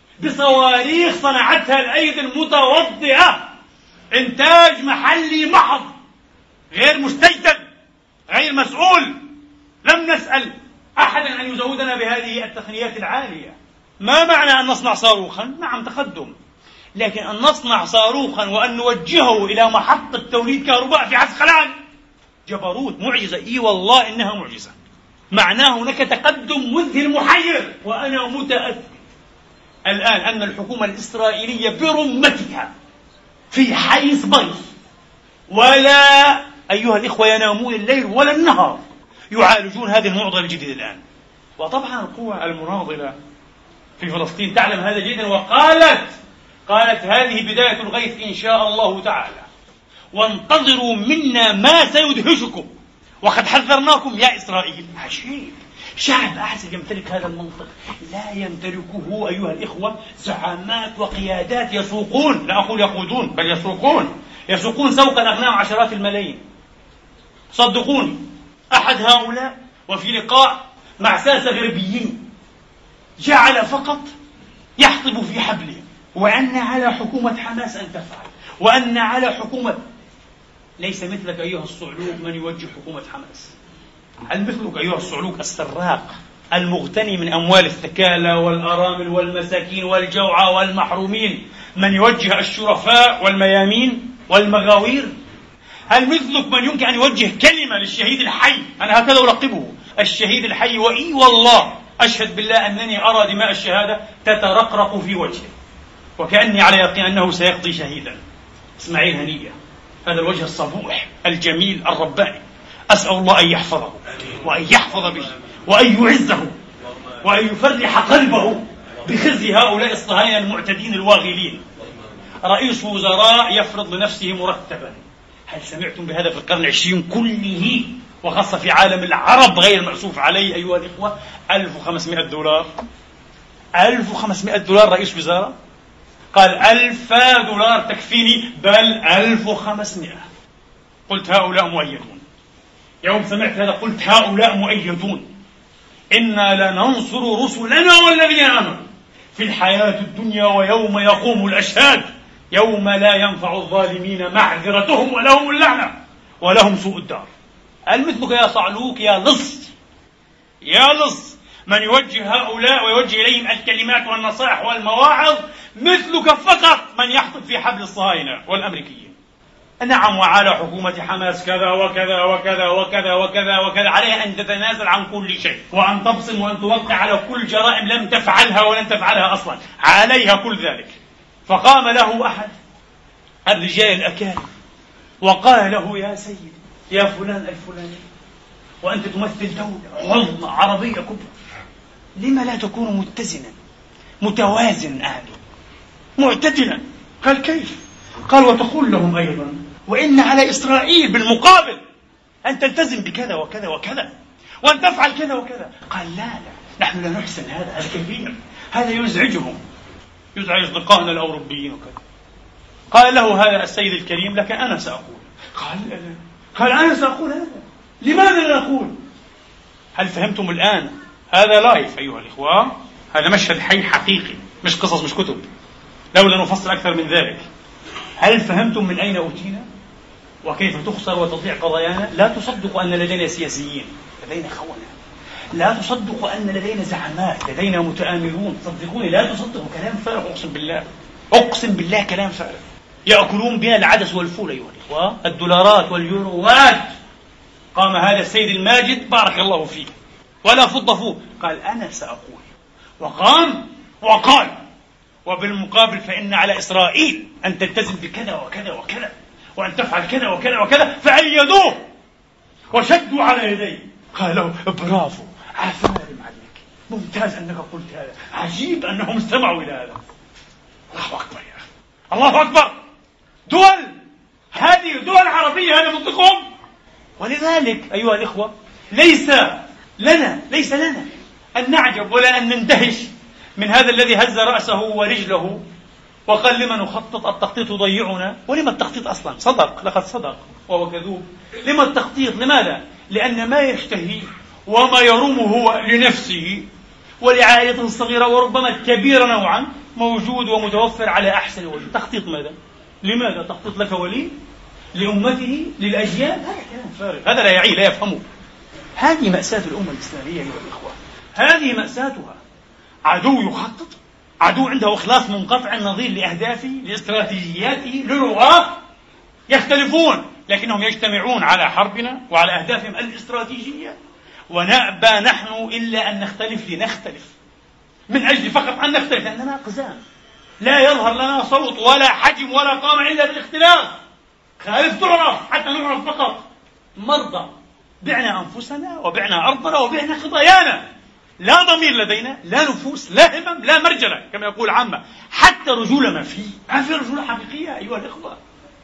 بصواريخ صنعتها الأيدي المتوضئة، إنتاج محلي محض، غير مستجد، غير مسؤول. لم نسأل أحدا أن يزودنا بهذه التقنيات العالية. ما معنى أن نصنع صاروخا؟ نعم تقدم، لكن أن نصنع صاروخا وأن نوجهه إلى محطة توليد كهرباء في عسقلان جبروت، معجزة. إي والله إنها معجزة. معناه هناك تقدم مذهل محير. وأنا متأكد الآن أن الحكومة الإسرائيلية برمتها في حي صبيح ولا أيها الإخوة ينامون الليل ولا النهار يعالجون هذه المعضلة الجديدة الآن. وطبعا القوى المناضلة في فلسطين تعلم هذا جيدا، قالت هذه بداية الغيث إن شاء الله تعالى، وانتظروا منا ما سيدهشكم، وقد حذرناكم يا إسرائيل. عجيب، شعب أحسن يمتلك هذا المنطق، لا يمتلكه أيها الإخوة زعامات وقيادات يسوقون، لا أقول يقودون بل يسوقون سوق الأغنام عشرات الملايين. صدقوني، أحد هؤلاء وفي لقاء مع ساسة غربيين جعل فقط يحطب في حبله، وأن على حكومة حماس أن تفعل، وأن على حكومة. ليس مثلك أيها الصعلوك من يوجه حكومة حماس. هل مثلك أيها الصعلوك السراق المغتني من أموال الثكالى والأرامل والمساكين والجوعى والمحرومين من يوجه الشرفاء والميامين والمغاوير؟ هل مثلك من يمكن أن يوجه كلمة للشهيد الحي؟ أنا هكذا ألقبه، الشهيد الحي. وإي والله أشهد بالله أنني أرى دماء الشهادة تترقرق في وجهه، وكأني على يقين أنه سيقضي شهيدا. إسماعيل هنية، هذا الوجه الصبوح الجميل الرباني، أسأل الله أن يحفظه وأن يحفظ به وأن يعزه وأن يفرح قلبه بخزي هؤلاء الصهاينة المعتدين الواغلين. رئيس وزراء يفرض لنفسه مرتبا. هل سمعتم بهذا في القرن العشرين كله، وخاصة في عالم العرب غير مأسوف عليه أيها الإخوة؟ $1500. $1500 رئيس وزراء؟ قال $1000 تكفيني، بل 1500. قلت هؤلاء مؤيدون. يوم سمعت هذا قلت هؤلاء مؤيدون. إنا لننصر رسلنا والذين آمنوا في الحياة الدنيا ويوم يقوم الأشهاد، يوم لا ينفع الظالمين معذرتهم ولهم اللعنة ولهم سوء الدار. المثلك يا صعلوك يا لص من يوجه هؤلاء ويوجه إليهم الكلمات والنصائح والمواعظ، مثلك فقط من يحطب في حبل الصهاينة والأمريكيين. نعم، وعلى حكومة حماس كذا وكذا وكذا وكذا وكذا وكذا، عليها أن تتنازل عن كل شيء، وأن تبصم وأن توقع على كل جرائم لم تفعلها ولن تفعلها أصلا، عليها كل ذلك. فقام له أحد الرجال الأكارم وقال له: يا سيدي، يا فلان الفلاني، وأنت تمثل دولة عظمى عربية كبرى، لما لا تكون متزنا متوازن معتدلا؟ قال: كيف؟ قال: وتقول لهم أيضا: وإن على إسرائيل بالمقابل أن تلتزم بكذا وكذا وكذا، وأن تفعل كذا وكذا. قال: لا، نحن لا نحسن هذا كثير، هذا يزعجهم، يزعج أصدقائنا الأوروبيين وكذا. قال له هذا السيد الكريم: لكن أنا سأقول. قال: أنا سأقول هذا، لماذا لا نقول؟ هل فهمتم الآن؟ هذا لايف أيها الإخوة، هذا مشهد حي حقيقي، مش قصص، مش كتب، لولا نفصل أكثر من ذلك. هل فهمتم من أين أوتينا وكيف تخسر وتضيع قضايانا؟ لا تصدقوا أن لدينا سياسيين، لدينا خونة. لا تصدقوا أن لدينا زعماء، لدينا متآمرون. صدقوني، لا تصدقوا، كلام فارغ، أقسم بالله، أقسم بالله كلام فارغ. يأكلون بنا العدس والفول أيها الإخوة، الدولارات واليوروات. قام هذا السيد الماجد بارك الله فيه ولا فض فوه، قال: أنا سأقول. وقام وقال: وبالمقابل فإن على إسرائيل أن تلتزم بكذا وكذا وكذا، وأن تفعل كذا وكذا وكذا. فأيدوه وشدوا على يديه. قال له: برافو، عافانا لمعلمك، ممتاز أنك قلت هذا، عجيب أنهم استمعوا إلى هذا. الله أكبر يا أخي، الله أكبر. هذه دول عربية، هذا منطقهم. ولذلك أيها الإخوة، ليس لنا أن نعجب ولا أن نندهش من هذا الذي هز رأسه ورجله وقال: لما نخطط؟ التخطيط يضيعنا. ولما التخطيط أصلا؟ صدق، لقد صدق وهو كذوب. لما التخطيط؟ لماذا؟ لأن ما يشتهي وما يروم هو لنفسه ولعائلته الصغيرة وربما الكبيرة نوعا موجود ومتوفر على أحسن وجه. تخطيط ماذا؟ لماذا؟ تخطيط لك ولي؟ لأمته؟ للأجيال؟ هذا كلام فارغ، هذا لا يعي، لا يفهمه. هذه مأساة الأمة الإسلامية أيها الإخوة، هذه مأساتها. عدو يخطط، عدو عنده إخلاص منقطع النظير لأهدافه، لاستراتيجياته، لرؤاه، يختلفون لكنهم يجتمعون على حربنا وعلى أهدافهم الاستراتيجية. ونأبى نحن إلا أن نختلف لنختلف، من أجل فقط أن نختلف، لأننا قزام، لا يظهر لنا صوت ولا حجم ولا قامة إلا بالاختلاف. خالف تعرف حتى نعرف فقط. مرضى، بعنا أنفسنا وبعنا أرضنا وبعنا قضايانا، لا ضمير لدينا، لا نفوس، لا همم، لا مرجلة كما يقول عامة، حتى رجولة ما في رجولة حقيقية أيها الإخوة.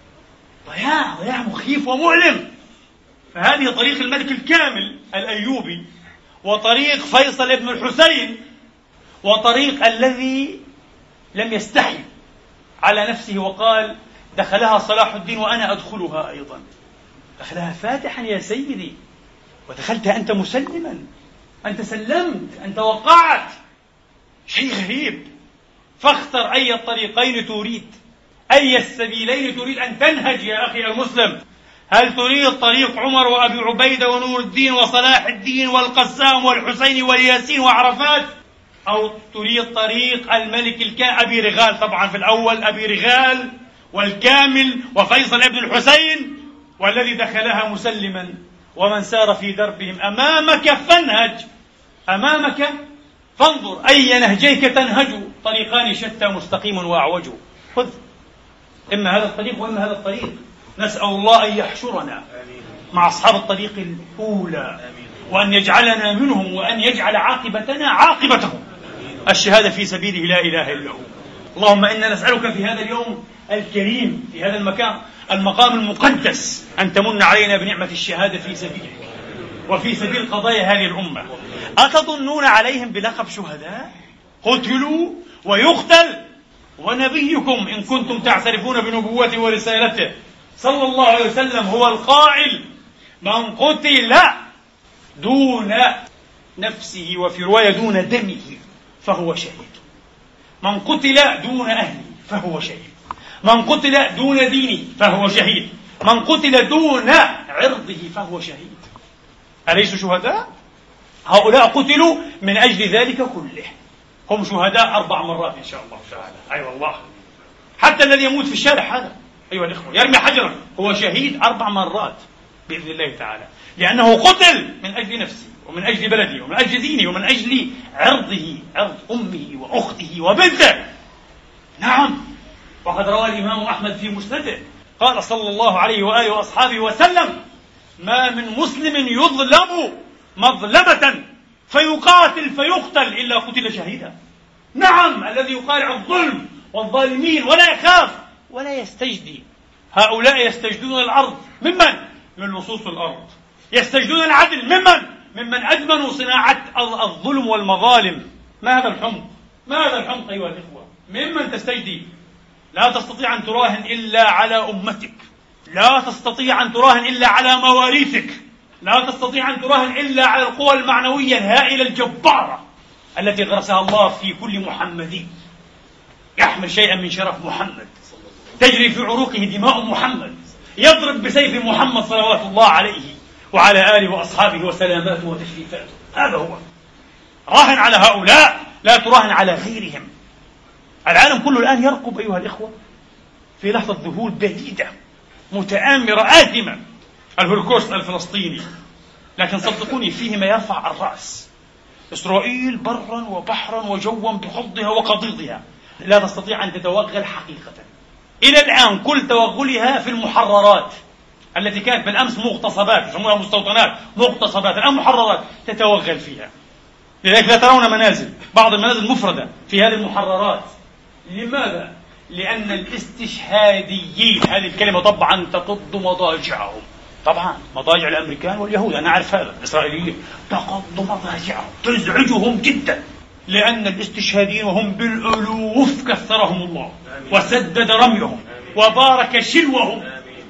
ضياع مخيف ومؤلم. فهذه طريق الملك الكامل الأيوبي، وطريق فيصل ابن الحسين، وطريق الذي لم يستحي على نفسه وقال: دخلها صلاح الدين وأنا أدخلها أيضا. دخلها فاتحا يا سيدي، ودخلتها أنت مسلما، أنت سلمت، أنت وقعت. شيء غريب. فاختر أي الطريقين تريد، أي السبيلين تريد أن تنهج يا أخي المسلم. هل تريد طريق عمر وأبي عبيدة ونور الدين وصلاح الدين والقسام والحسين والياسين وعرفات، أو تريد طريق الملك أبي رغال؟ طبعا في الأول أبي رغال والكامل وفيصل ابن الحسين، والذي دخلها مسلما. ومن سار في دربهم أمامك فانهج، أمامك فانظر أي نهجيك تنهج، طريقان شتى مستقيم وأعوج. خذ إما هذا الطريق وإما هذا الطريق. نسأل الله أن يحشرنا مع أصحاب الطريق الأولى، وأن يجعلنا منهم، وأن يجعل عاقبتنا عاقبتهم. الشهادة في سبيله لا إله إلا هو. اللهم إنا نسألك في هذا اليوم الكريم، في هذا المقام المقدس، أن تمن علينا بنعمة الشهادة في سبيلك وفي سبيل قضايا هذه الأمة. أتظنون عليهم بلقب شهداء؟ قتلوا ويقتل، ونبيكم إن كنتم تعترفون بنبوته ورسالته صلى الله عليه وسلم هو القائل: من قتل دون نفسه، وفي رواية دون دمه، فهو شهيد. من قتل دون أهله فهو شهيد. من قتل دون دينه فهو شهيد. من قتل دون عرضه فهو شهيد. أليسوا شهداء؟ هؤلاء قتلوا من أجل ذلك كله. هم شهداء 4 مرات إن شاء الله تعالى. أي والله. حتى الذي يموت في الشارع هذا أيها الإخوة، يرمي حجرا هو شهيد 4 مرات بإذن الله تعالى، لأنه قتل من أجل نفسه ومن أجل بلده ومن أجل دينه ومن أجل عرضه، عرض أمه وأخته وبنته. نعم، وقد روى الإمام أحمد في مسنده قال صلى الله عليه وآله وأصحابه وسلم: ما من مسلم يظلم مظلمة فيقاتل فيقتل إلا قتل شهيدا. نعم، الذي يقارع الظلم والظالمين ولا يخاف ولا يستجدي. هؤلاء يستجدون الأرض ممن؟ من لصوص الأرض. يستجدون العدل ممن أدمنوا صناعة الظلم والمظالم. ما هذا الحمق؟ ما هذا الحمق أيها الإخوة؟ ممن تستجدي؟ لا تستطيع أن تراهن إلا على أمتك، لا تستطيع أن تراهن إلا على مواريثك، لا تستطيع أن تراهن إلا على القوى المعنوية الهائلة الجبارة التي غرسها الله في كل محمدي، يحمل شيئا من شرف محمد، تجري في عروقه دماء محمد، يضرب بسيف محمد صلوات الله عليه وعلى آله وأصحابه وسلاماته وتشريفاته. هذا هو. راهن على هؤلاء، لا تراهن على غيرهم. العالم كله الآن يرقب أيها الإخوة في لحظة ذهول بعيدة متآمرة آثمة الهولوكوست الفلسطيني، لكن صدقوني فيه ما يرفع الرأس. إسرائيل برا وبحرا وجوا بحضها وقضيضها لا تستطيع أن تتوغل حقيقة. إلى الآن كل توغلها في المحررات التي كانت بالأمس مغتصبات، يسمونها مستوطنات، مغتصبات، الآن محررات تتوغل فيها. لذلك لا ترون منازل، بعض المنازل مفردة في هذه المحررات. لماذا؟ لأن الاستشهاديين، هذه الكلمة طبعا تقض مضاجعهم، طبعا مضاجع الأمريكان واليهود، أنا أعرف هذا، الإسرائيليين تقض مضاجعهم، تزعجهم جدا، لأن الاستشهاديين وهم بالألوف كثرهم الله وسدد رميهم وبارك شلوهم،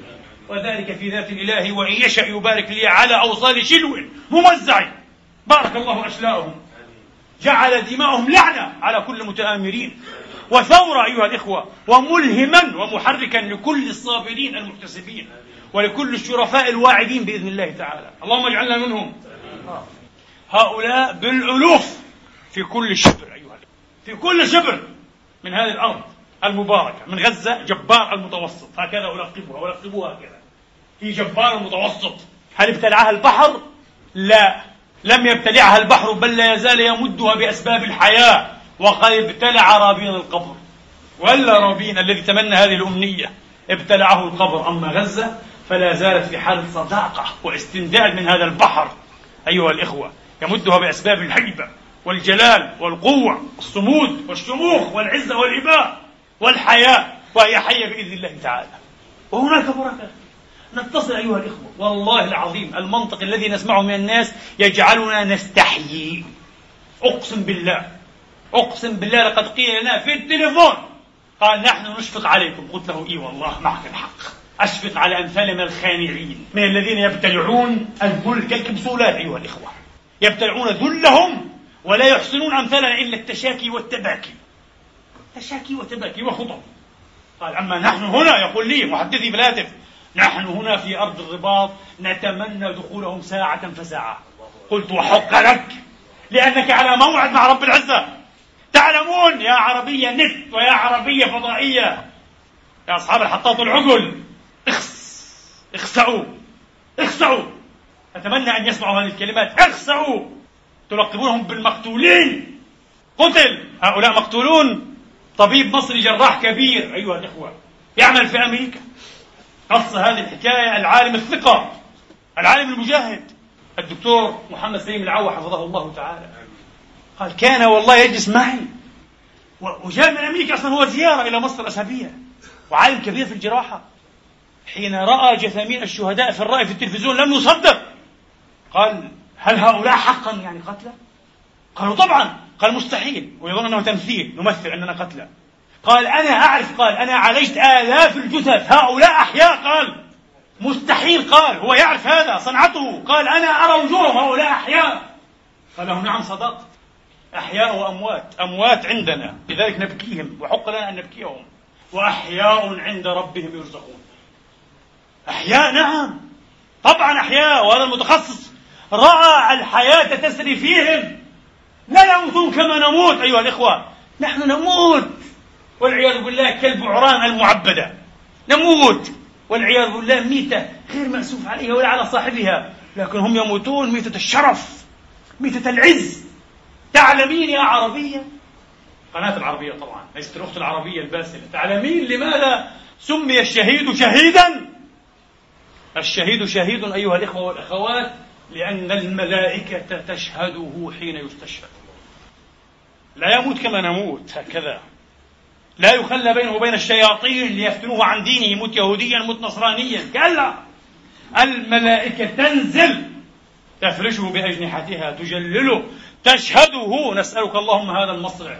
وذلك في ذات الإله، وإن يشأ يبارك لي على أوصال شلو ممزع، بارك الله أشلاءهم، جعل دماءهم لعنة على كل متآمرين، وثورة أيها الإخوة، وملهما ومحركا لكل الصابرين المحتسبين ولكل الشرفاء الواعدين بإذن الله تعالى. اللهم اجعلنا منهم. هؤلاء بالألوف في كل شبر أيها الإخوة، في كل شبر من هذه الأرض المباركة، من غزة جبار المتوسط، هكذا ألقبوها هكذا، هي جبار المتوسط. هل ابتلعها البحر؟ لا، لم يبتلعها البحر، بل لا يزال يمدها بأسباب الحياة، وقد ابتلع رابين القبر، ولا رابين الذي تمنى هذه الأمنية ابتلعه القبر. أما غزة فلا زالت في حالة صداقة واستمداد من هذا البحر أيها الإخوة، يمدها بأسباب الهيبة والجلال والقوة والصمود والشموخ والعزة والإباء والحياة، وهي حية بإذن الله تعالى. وهناك بركة. نتصل أيها الإخوة، والله العظيم المنطق الذي نسمعه من الناس يجعلنا نستحيي. أقسم بالله لقد قيل لنا في التليفون، قال: نحن نشفق عليكم. قلت له: إي والله معك الحق، أشفق على أمثال من الخانعين، من الذين يبتلعون الذل كالكبسولات أيها الإخوة، يبتلعون ذلهم ولا يحسنون أمثالنا إلا التشاكي والتباكي، تشاكي وتباكي وخطب. قال: أما نحن هنا، يقول لي محدثي بالهاتف، نحن هنا في أرض الرباط نتمنى دخولهم ساعة فساعة. قلت: وحق لك، لأنك على موعد مع رب العزة. تعلمون يا عربية نت ويا عربية فضائية، يا أصحاب الحطاط العقل، اخسعوا. أتمنى أن يسمعوا هذه الكلمات، اخسعوا. تلقبونهم بالمقتولين، قتل، هؤلاء مقتولون. طبيب مصري جراح كبير أيها الإخوة يعمل في أمريكا، قص هذه الحكاية العالم الثقة، العالم المجاهد، الدكتور محمد سليم العوا حفظه الله تعالى. قال: كان والله يجلس معي، وجاء من أمريكا أصلا، هو زيارة إلى مصر أسابيع، وعالم كبير في الجراحة. حين رأى جثامين الشهداء في الرأي في التلفزيون لم يصدق. قال: هل هؤلاء حقا يعني قتلى؟ قالوا: طبعا. قال: مستحيل، ويظن أنه تمثيل، نمثل أننا قتلى. قال: أنا أعرف، قال: أنا عالجت آلاف الجثث، هؤلاء أحياء. قال: مستحيل. قال: هو يعرف هذا، صنعته. قال: أنا أرى وجوههم، هؤلاء أحياء. قال له: نعم صدقت، أحياء وأموات، أموات عندنا لذلك نبكيهم، وحق لنا أن نبكيهم، وأحياء عند ربهم يرزقون. أحياء، نعم طبعا أحياء، وهذا المتخصص رأى الحياة تسري فيهم. لا يموتون كما نموت أيها الإخوة، نحن نموت والعياذ بالله كالبعران المعبدة، نموت والعياذ بالله ميتة غير مأسوف عليها ولا على صاحبها، لكن هم يموتون ميتة الشرف، ميتة العز. تعلمين يا عربية، قناة العربية طبعا ليست الأخت العربية الباسلة، تعلمين لماذا سمي الشهيد شهيدا؟ الشهيد شهيد أيها الإخوة والأخوات لأن الملائكة تشهده حين يستشهد. لا يموت كما نموت هكذا، لا يخلى بينه وبين الشياطين ليفتنوه عن دينه، يموت يهوديا يموت نصرانيا، كلا، الملائكة تنزل تفرشه بأجنحتها تجلله تشهده. نسألك اللهم هذا المصرع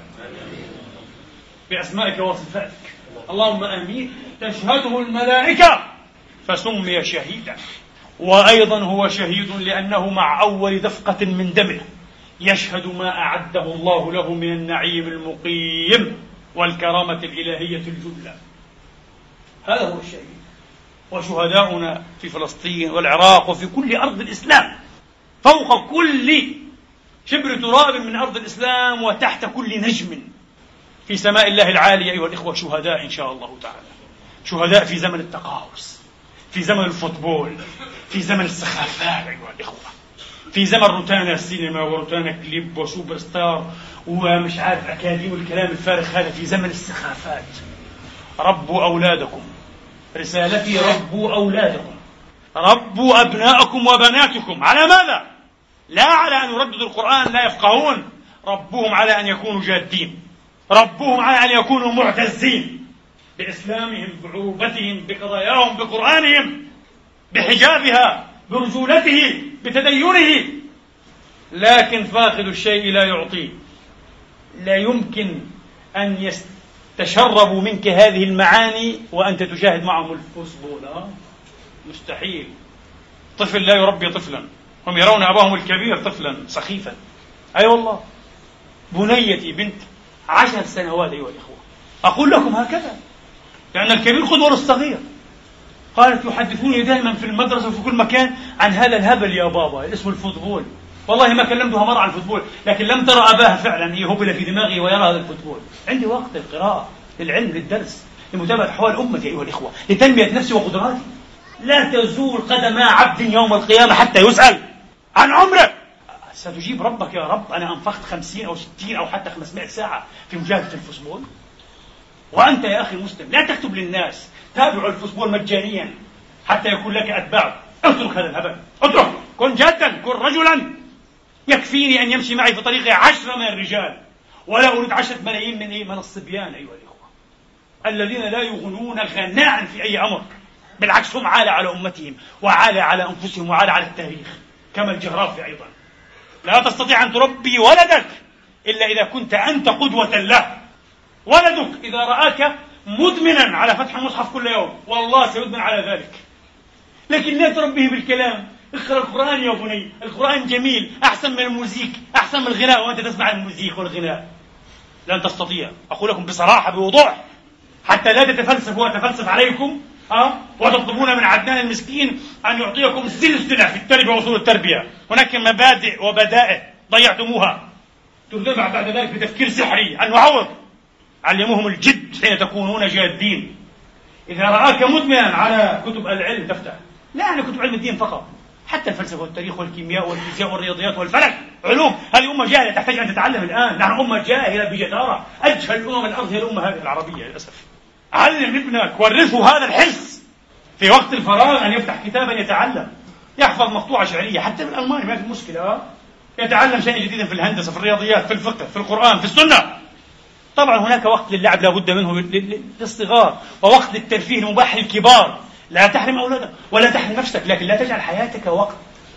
بأسمائك وصفاتك، اللهم آمين. تشهده الملائكة فسمي شهيدا. وأيضا هو شهيد لأنه مع أول دفقة من دمه يشهد ما أعده الله له من النعيم المقيم والكرامة الإلهية الجلة. هذا هو الشهيد. وشهداؤنا في فلسطين والعراق وفي كل أرض الإسلام، فوق كل شبر تراب من أرض الإسلام وتحت كل نجم في سماء الله العالية أيها الإخوة، شهداء إن شاء الله تعالى. شهداء في زمن التقاعس، في زمن الفوتبول، في زمن السخافات أيها الإخوة، في زمن روتانا السينما وروتانا كليب وسوبر ستار ومش عارف أكاديم والكلام الفارغ هذا، في زمن السخافات. ربوا أولادكم، رسالتي ربوا أولادكم، ربوا أبناءكم وبناتكم. على ماذا؟ لا على أن يرددوا القرآن لا يفقهون، ربوهم على أن يكونوا جادين، ربوهم على أن يكونوا معتزين بإسلامهم، بعروبتهم، بقضاياهم، بقرآنهم، بحجابها، برجولته، بتدينه. لكن فاقد الشيء لا يعطيه. لا يمكن أن يتشربوا منك هذه المعاني وأنت تشاهد معهم الفوتبول. مستحيل. طفل لا يربي طفلا، هم يرون أباهم الكبير طفلا سخيفا. أي والله. بنيتي بنت 10 سنوات أيها الإخوة، أقول لكم هكذا لأن الكبير قدوة الصغير. قالت يحدثوني دائما في المدرسة وفي كل مكان عن هذا الهبل يا بابا اسمه الفوتبول. والله ما كلمتها مرة عن الفوتبول، لكن لم ترى أباها فعلا يهبل في دماغه ويرى هذا الفوتبول. عندي وقت للقراءة، للعلم، للدرس، لمتابعة أحوال أمتي أيها الإخوة، لتنمية نفسي وقدراتي. لا تزول قدم عبد يوم القيامة حتى يسأل عن عمره. ستجيب ربك يا رب أنا أنفقت 50 أو 60 أو حتى 500 ساعة في مشاهدة الفوتبول؟ وأنت يا أخي المسلم لا تكتب للناس تابعوا الفوتبول مجانيا حتى يكون لك أتباع. اترك هذا الهبل، اترك، كن جادا، كن رجلا. يكفيني أن يمشي معي في طريقي 10 من الرجال، ولا أريد 10 ملايين من الصبيان أيها الإخوة الذين لا يغنون غناء في أي أمر. بالعكس هم عالة على أمتهم وعالة على أنفسهم وعالة على التاريخ، كما الجغرافيا أيضا. لا تستطيع أن تربي ولدك إلا إذا كنت أنت قدوة له. ولدك إذا رآك مدمنا على فتح المصحف كل يوم والله سيدمن على ذلك، لكن لا تربيه بالكلام. اقرأ القرآن يا بني، القرآن جميل، أحسن من الموسيقى، أحسن من الغناء، وأنت تسمع الموسيقى والغناء. لن تستطيع، أقول لكم بصراحة بوضوح، حتى لا تتفلسفوا وأتفلسف عليكم وتطلبون من عدنان المسكين أن يعطيكم سلسلة في التربية وأصول التربية. هناك مبادئ وبدائع ضيعتموها، تتبع بعد ذلك بتفكير سحري أن نعوض. علموهم الجد حين تكونون جادين. إذا رآك مدمنا على كتب العلم تفتح، لا يعني كتب علم الدين فقط، حتى الفلسفة والتاريخ والكيمياء والفيزياء والرياضيات والفلك، علوم. هذه أمة جاهلة تحتاج أن تتعلم الآن. نحن أمة جاهلة بجدارة، أجهل أمم الأرض هي الأمة هذه العربية للأسف. علم ابنك، ورثه هذا الحس في وقت الفراغ أن يفتح كتابا يتعلم، يحفظ مقطوعة شعرية حتى بالألماني ما في مشكلة، يتعلم شيء جديدا في الهندسة، في الرياضيات، في الفقه، في القرآن، في السنة. طبعا هناك وقت للعب لا بد منه للصغار، ووقت للترفيه المباح للكبار. لا تحرم أولادك ولا تحرم نفسك، لكن لا تجعل حياتك وقت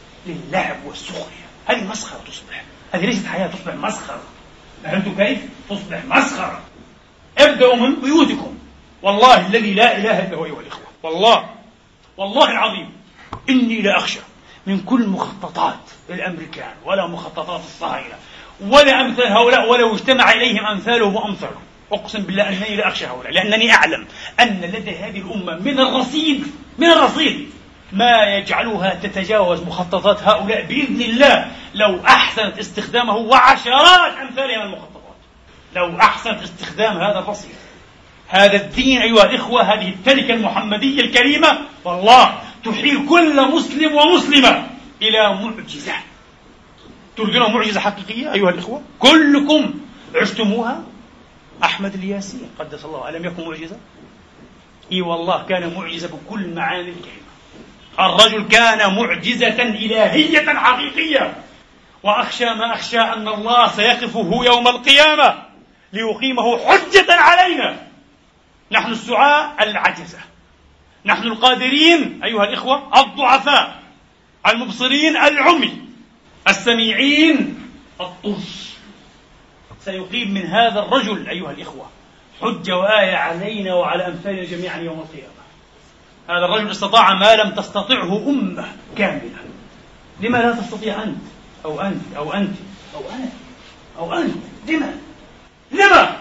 للعب والسخرية. هذه مسخرة تصبح، هذه ليست حياة، تصبح مسخرة. فهمتوا كيف؟ تصبح مسخرة. ابدأوا من بيوتكم. والله الذي لا إله إلا هو أيها الإخوة، والله العظيم إني لا أخشى من كل مخططات الأمريكان ولا مخططات الصهاينة ولا أمثال هؤلاء، ولو اجتمع إليهم أمثالهم وأمثالهم. أقسم بالله أنني لا أخشى هؤلاء، لأنني أعلم أن لدى هذه الأمة من الرصيد ما يجعلها تتجاوز مخططات هؤلاء بإذن الله، لو أحسنت استخدامه وعشرات أمثالها من المخططات. لو أحسنت استخدام هذا الرصيد، هذا الدين أيها الإخوة، هذه التركة المحمدية الكريمة والله تحيل كل مسلم ومسلمة إلى معجزة. تريدون معجزة حقيقية أيها الإخوة؟ كلكم عشتموها. أحمد الياسين قدس الله ألم يكن معجزة؟ إي والله كان معجزة بكل معاني الكلمة. الرجل كان معجزة إلهية حقيقية. وأخشى ما أخشى أن الله سيقفه يوم القيامة ليقيمه حجة علينا. نحن السعاء العجزة، نحن القادرين أيها الإخوة الضعفاء، المبصرين العمي، السميعين الطرش. سيقيم من هذا الرجل أيها الإخوة حجة وآية علينا وعلى أمثالنا جميعا يوم القيامة. هذا الرجل استطاع ما لم تستطعه أمة كاملة. لما لا تستطيع أنت أو أنت أو أنت أو أنا أو أنت؟ لما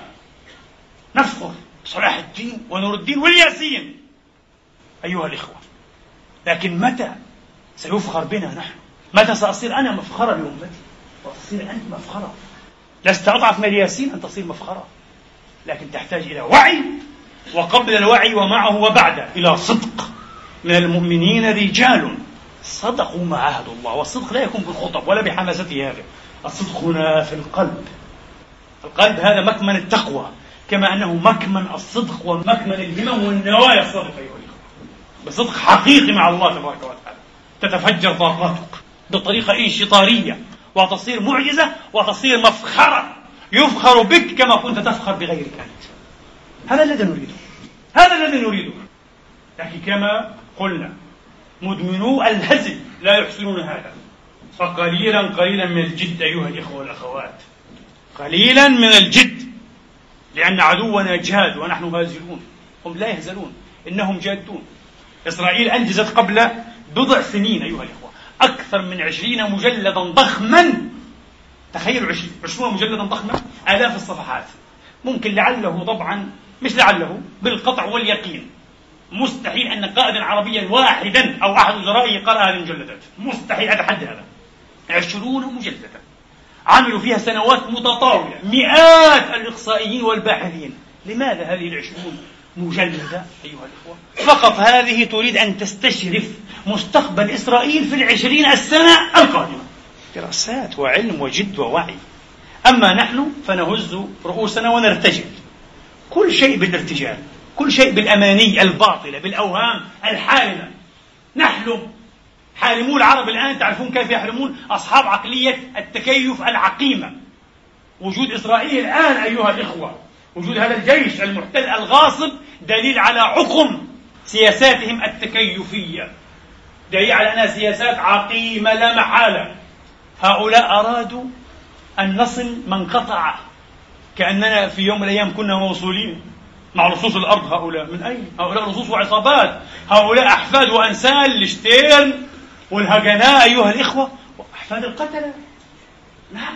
نفخر صلاح الدين ونور الدين والياسين أيها الإخوة؟ لكن متى سيفخر بنا نحن؟ متى سأصير أنا مفخرة لأمتي وتصير أنت مفخرة؟ لست أضعف من الياسين أن تصير مفخرة، لكن تحتاج إلى وعي، وقبل الوعي ومعه وبعده إلى صدق. من المؤمنين رجال صدقوا ما عاهدوا الله. والصدق لا يكون بالخطب ولا بحماسته هذا، الصدق هنا في القلب. القلب هذا مكمن التقوى، كما أنه مكمن الصدق ومكمن الهمم والنوايا الصادقة أيها الإخوة. بصدق حقيقي مع الله تبارك وتعالى تتفجر طاقاتك بطريقة انشطارية وتصير معجزة وتصير مفخرة، يفخر بك كما كنت تفخر بغيرك أنت. هذا الذي نريده، هذا الذي نريده. لكن كما قلنا مدمنو الهزل لا يحسنون هذا. فقليلا قليلا من الجد أيها الإخوة والأخوات، قليلا من الجد، لأن عدونا جاد ونحن هازلون. هم لا يهزلون، إنهم جادون. إسرائيل أنجزت قبل بضع سنين أيها الإخوة أكثر من 20 مجلدا ضخما. تخيلوا 20 مجلدا ضخما، آلاف الصفحات. ممكن لعله، طبعا مش لعله، بالقطع واليقين مستحيل أن قائدا عربيا واحدا أو أحد وزرائه قرأ هذه المجلدات. مستحيل، أتحدى هذا. 20 مجلدا عملوا فيها سنوات متطاولة، مئات الإقصائيين والباحثين. لماذا هذه 20 مجلدة أيها الإخوة؟ فقط هذه تريد أن تستشرف مستقبل إسرائيل في 20 السنة القادمة. دراسات وعلم وجد ووعي. أما نحن فنهز رؤوسنا ونرتجل. كل شيء بالارتجال، كل شيء بالأماني الباطلة، بالأوهام الحالمة. نحلم. حالمو العرب الآن تعرفون كيف يحلمون؟ أصحاب عقلية التكيف العقيمة. وجود إسرائيل الآن أيها الإخوة، وجود هذا الجيش المحتل الغاصب دليل على عقم سياساتهم التكيفية، دليل على أنها سياسات عقيمة لا محالة. هؤلاء أرادوا أن نصل من قطع، كأننا في يوم من الأيام كنا موصولين مع لصوص الأرض. هؤلاء من أين؟ هؤلاء لصوص وعصابات، هؤلاء أحفاد وأنسال لشتيرن والهجناء أيها الإخوة، وأحفاد القتلة. نعم،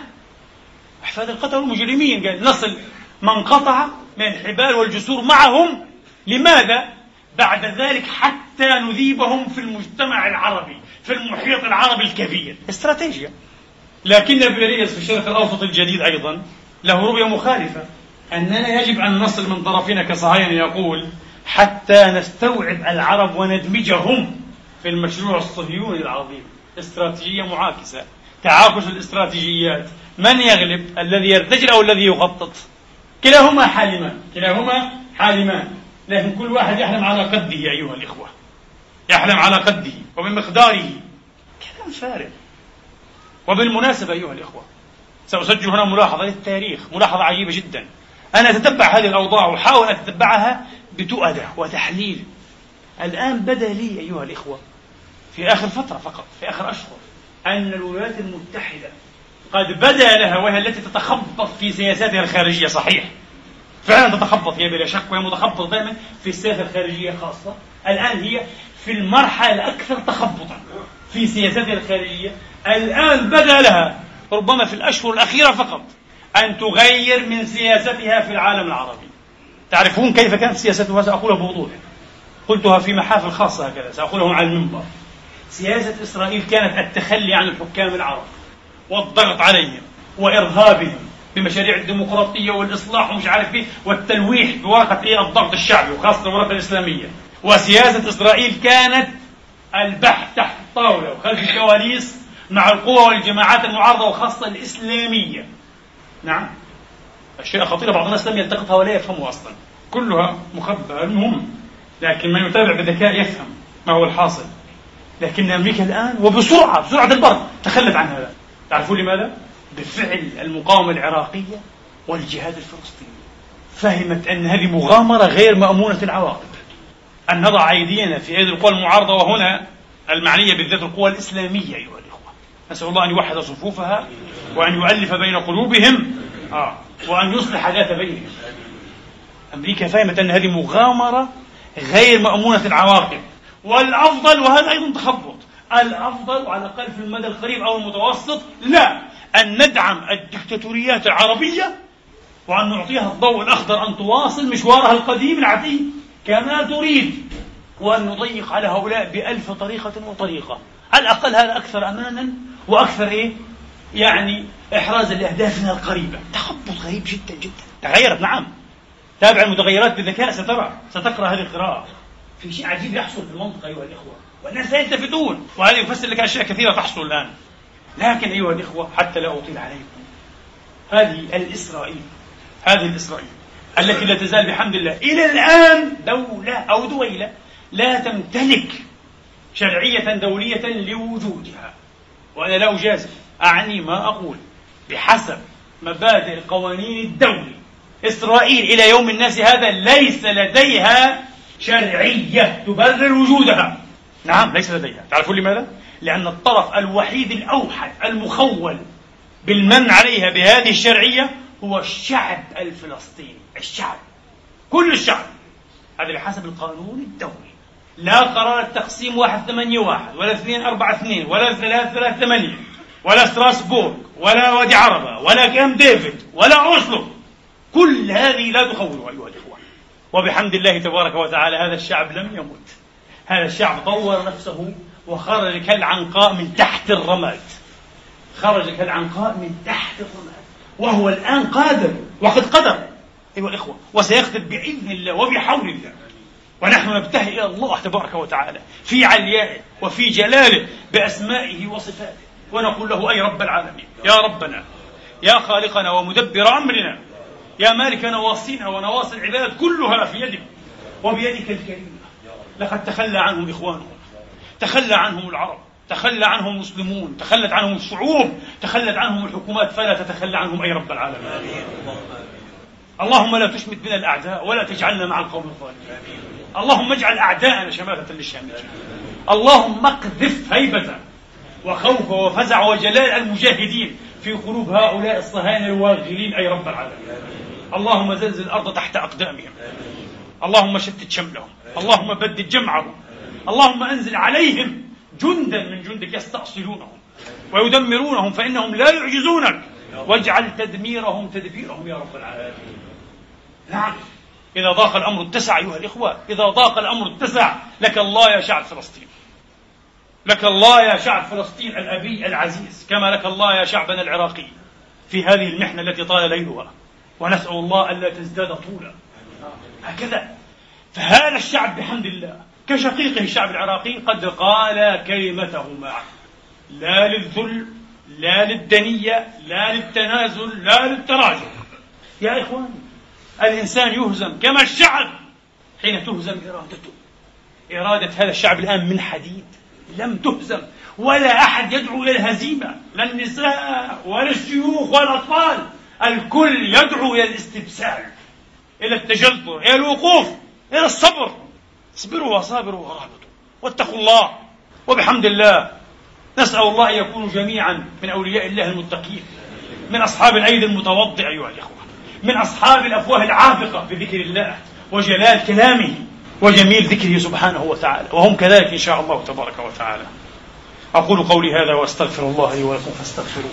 أحفاد القتلة والمجرمين. قال نصل من قطع من الحبال والجسور معهم. لماذا؟ بعد ذلك حتى نذيبهم في المجتمع العربي، في المحيط العربي الكبير. استراتيجية. لكن بيريز في الشرق الأوسط الجديد أيضا له رؤية مخالفة، أننا يجب أن نصل من طرفنا كصهاينة، يقول حتى نستوعب العرب وندمجهم في المشروع الصهيوني العظيم. استراتيجية معاكسة، تعاكس الاستراتيجيات. من يغلب؟ الذي يرتجل أو الذي يخطط؟ كلاهما حالمان، كلاهما حالمان، لكن كل واحد يحلم على قده أيها الإخوة، يحلم على قده وبمقداره. كلام فارغ. وبالمناسبة أيها الإخوة سأسجل هنا ملاحظة للتاريخ، ملاحظة عجيبة جدا. أنا أتتبع هذه الأوضاع وحاول أتتبعها بتؤدة وتحليل. الآن بدا لي أيها الإخوة في آخر فترة فقط، في آخر أشهر، أن الولايات المتحدة قد بدا لها، وهي التي تتخبط في سياساتها الخارجية. صحيح، فعلا تتخبط هي بلا شك، وهي متخبطة دائما في السياسة الخارجية خاصة. الآن هي في المرحلة الأكثر تخبطا في سياساتها الخارجية. الآن بدا لها ربما في الأشهر الأخيرة فقط أن تغير من سياستها في العالم العربي. تعرفون كيف كانت سياستها؟ سأقولها بوضوح، قلتها في محافل خاصة هكذا، سأقولهم على المنبر. سياسة إسرائيل كانت التخلي عن الحكام العرب والضغط عليهم وإرهابهم بمشاريع الديمقراطية والإصلاح ومش عارف إيه والتلويح بورقة إيه الضغط الشعبي وخاصة الورقة الإسلامية. وسياسة إسرائيل كانت البحث تحت الطاولة وخلف الكواليس مع القوى والجماعات المعارضة وخاصة الإسلامية. نعم، أشياء خطيرة بعض الناس لم يلتقطها ولا يفهمها أصلا، كلها مخبأة. المهم لكن من يتابع بذكاء يفهم ما هو الحاصل. لكن أمريكا الآن وبسرعة البرق تخلت عن هذا. تعرفون لماذا؟ بفعل المقاومة العراقية والجهاد الفلسطيني فهمت أن هذه مغامرة غير مأمونة العواقب، أن نضع أيدينا في أيدي القوى المعارضة، وهنا المعنية بالذات القوى الإسلامية أيها الإخوة. نسأل الله أن يوحد صفوفها وأن يؤلف بين قلوبهم وأن يصلح ذات بينهم. أمريكا فهمت أن هذه مغامرة غير مأمونة العواقب، والأفضل، وهذا أيضا تخبط، الأفضل على الأقل في المدى القريب أو المتوسط لا أن ندعم الدكتاتوريات العربية وأن نعطيها الضوء الأخضر أن تواصل مشوارها القديم العتيق كما تريد، وأن نضيق على هؤلاء بألف طريقة وطريقة. على الأقل هذا أكثر أمانا وأكثر يعني إحرازا لأهدافنا القريبة. تخبط غريب جدا جدا. تغيرت، نعم، تابع المتغيرات بذكاء ستقرأ هذه القراءة. في شيء عجيب يحصل في المنطقة أيها الإخوة والناس لا يلتفتون، وهذا يفسر لك أشياء كثيرة تحصل الآن. لكن أيها الإخوة حتى لا أطيل عليكم، هذه الإسرائيل التي لا تزال بحمد الله إلى الآن دولة أو دويلة لا تمتلك شرعية دولية لوجودها، وأنا لا أجازف، أعني ما أقول بحسب مبادئ القوانين الدولي. إسرائيل إلى يوم الناس هذا ليس لديها شرعية تبرر وجودها. نعم، ليس لديها. تعرفون لماذا؟ لأن الطرف الوحيد الأوحد المخول بالمن عليها بهذه الشرعية هو الشعب الفلسطيني. الشعب، كل الشعب، هذا بحسب القانون الدولي. لا قرار التقسيم 181 ولا 242 ولا 338 ولا ستراسبورغ ولا وادي عربة ولا كامب ديفيد ولا أوسلو، كل هذه لا تخول أيها الإخوة. وبحمد الله تبارك وتعالى هذا الشعب لم يمت، هذا الشعب طور نفسه وخرج كالعنقاء من تحت الرماد، وهو الآن قادر وقد قدر أيها الإخوة، وسيقدر بإذن الله وبحول الله. ونحن نبتهل إلى الله تبارك وتعالى في عليائه وفي جلاله بأسمائه وصفاته، ونقول له: أي رب العالمين، يا ربنا، يا خالقنا ومدبر أمرنا، يا مالك نواصينا ونواصي العباد كلها في يدك وبيدك الكريمة. لقد تخلى عنهم إخوانهم، تخلى عنهم العرب، تخلى عنهم المسلمون، تخلت عنهم الشعوب، تخلت عنهم الحكومات، فلا تتخلى عنهم أي رب العالمين. اللهم لا تشمت بنا الأعداء ولا تجعلنا مع القوم الظالمين. اللهم اجعل أعداءنا شماتة للشامتين. اللهم اقذف هيبة وخوف وفزع وجلال المجاهدين في قلوب هؤلاء الصهاينة الواغلين أي رب العالمين. اللهم زلزل الأرض تحت أقدامهم، اللهم شتت شملهم، اللهم بدد جمعهم، اللهم أنزل عليهم جندا من جندك يستأصلونهم ويدمرونهم فإنهم لا يعجزونك، واجعل تدميرهم تدبيرهم يا رب العالمين. نعم، إذا ضاق الأمر اتسع أيها الإخوة، إذا ضاق الأمر اتسع. لك الله يا شعب فلسطين، لك الله يا شعب فلسطين الأبي العزيز، كما لك الله يا شعبنا العراقي في هذه المحنة التي طال ليلها، ونسأل الله ألا تزداد طولا. هكذا فهذا الشعب بحمد الله كشقيقه الشعب العراقي قد قال كلمته معه، لا للذل، لا للدنية، لا للتنازل، لا للتراجع. يا إخوان، الإنسان يهزم كما الشعب حين تهزم إرادته. إرادة هذا الشعب الآن من حديد لم تهزم، ولا أحد يدعو إلى الهزيمة، لا النساء ولا الشيوخ ولا الأطفال، الكل يدعو إلى الاستبسال، إلى التجذر، إلى الوقوف، إلى الصبر. اصبروا وصابروا ورابطوا واتقوا الله. وبحمد الله نسأل الله أن يكونوا جميعا من أولياء الله المتقين، من أصحاب الأيدي المتوضئة أيها الإخوة، من أصحاب الأفواه العافقة بذكر الله وجلال كلامه وجميل ذكره سبحانه وتعالى، وهم كذلك إن شاء الله تبارك وتعالى. أقول قولي هذا وأستغفر الله لي ولكم فاستغفروه.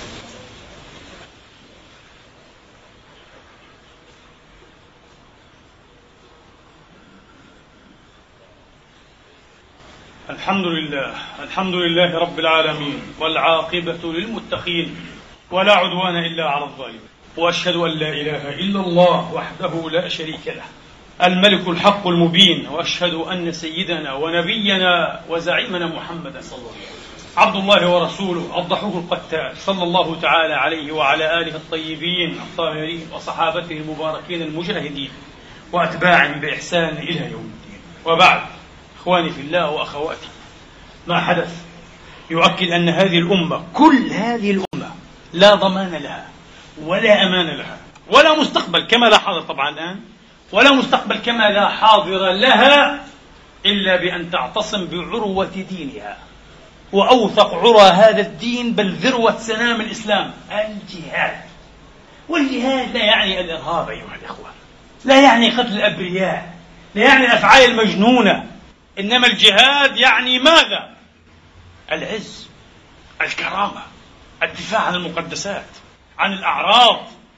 الحمد لله رب العالمين، والعاقبة للمتقين، ولا عدوان إلا على الظالمين. وأشهد أن لا إله إلا الله وحده لا شريك له الملك الحق المبين، وأشهد أن سيدنا ونبينا وزعيمنا محمدا عبد الله ورسوله الضحوك القتال، صلى الله تعالى عليه وعلى آله الطيبين الطاهرين وصحابته المباركين المجاهدين وأتباعهم بإحسان إلى يوم الدين. وبعد، إخواني في الله وأخواتي، ما حدث يؤكد أن هذه الأمة، كل هذه الأمة، لا ضمان لها ولا أمان لها ولا مستقبل كما لا حاضر طبعا الآن، ولا مستقبل كما لا حاضر لها إلا بأن تعتصم بعروة دينها، وأوثق عرى هذا الدين بل ذروة سنام الإسلام الجهاد. والجهاد لا يعني الإرهاب أيها الإخوة، لا يعني قتل الأبرياء، لا يعني الأفعال المجنونة، إنما الجهاد يعني ماذا؟ العز، الكرامة، الدفاع عن المقدسات، عن الأعراض،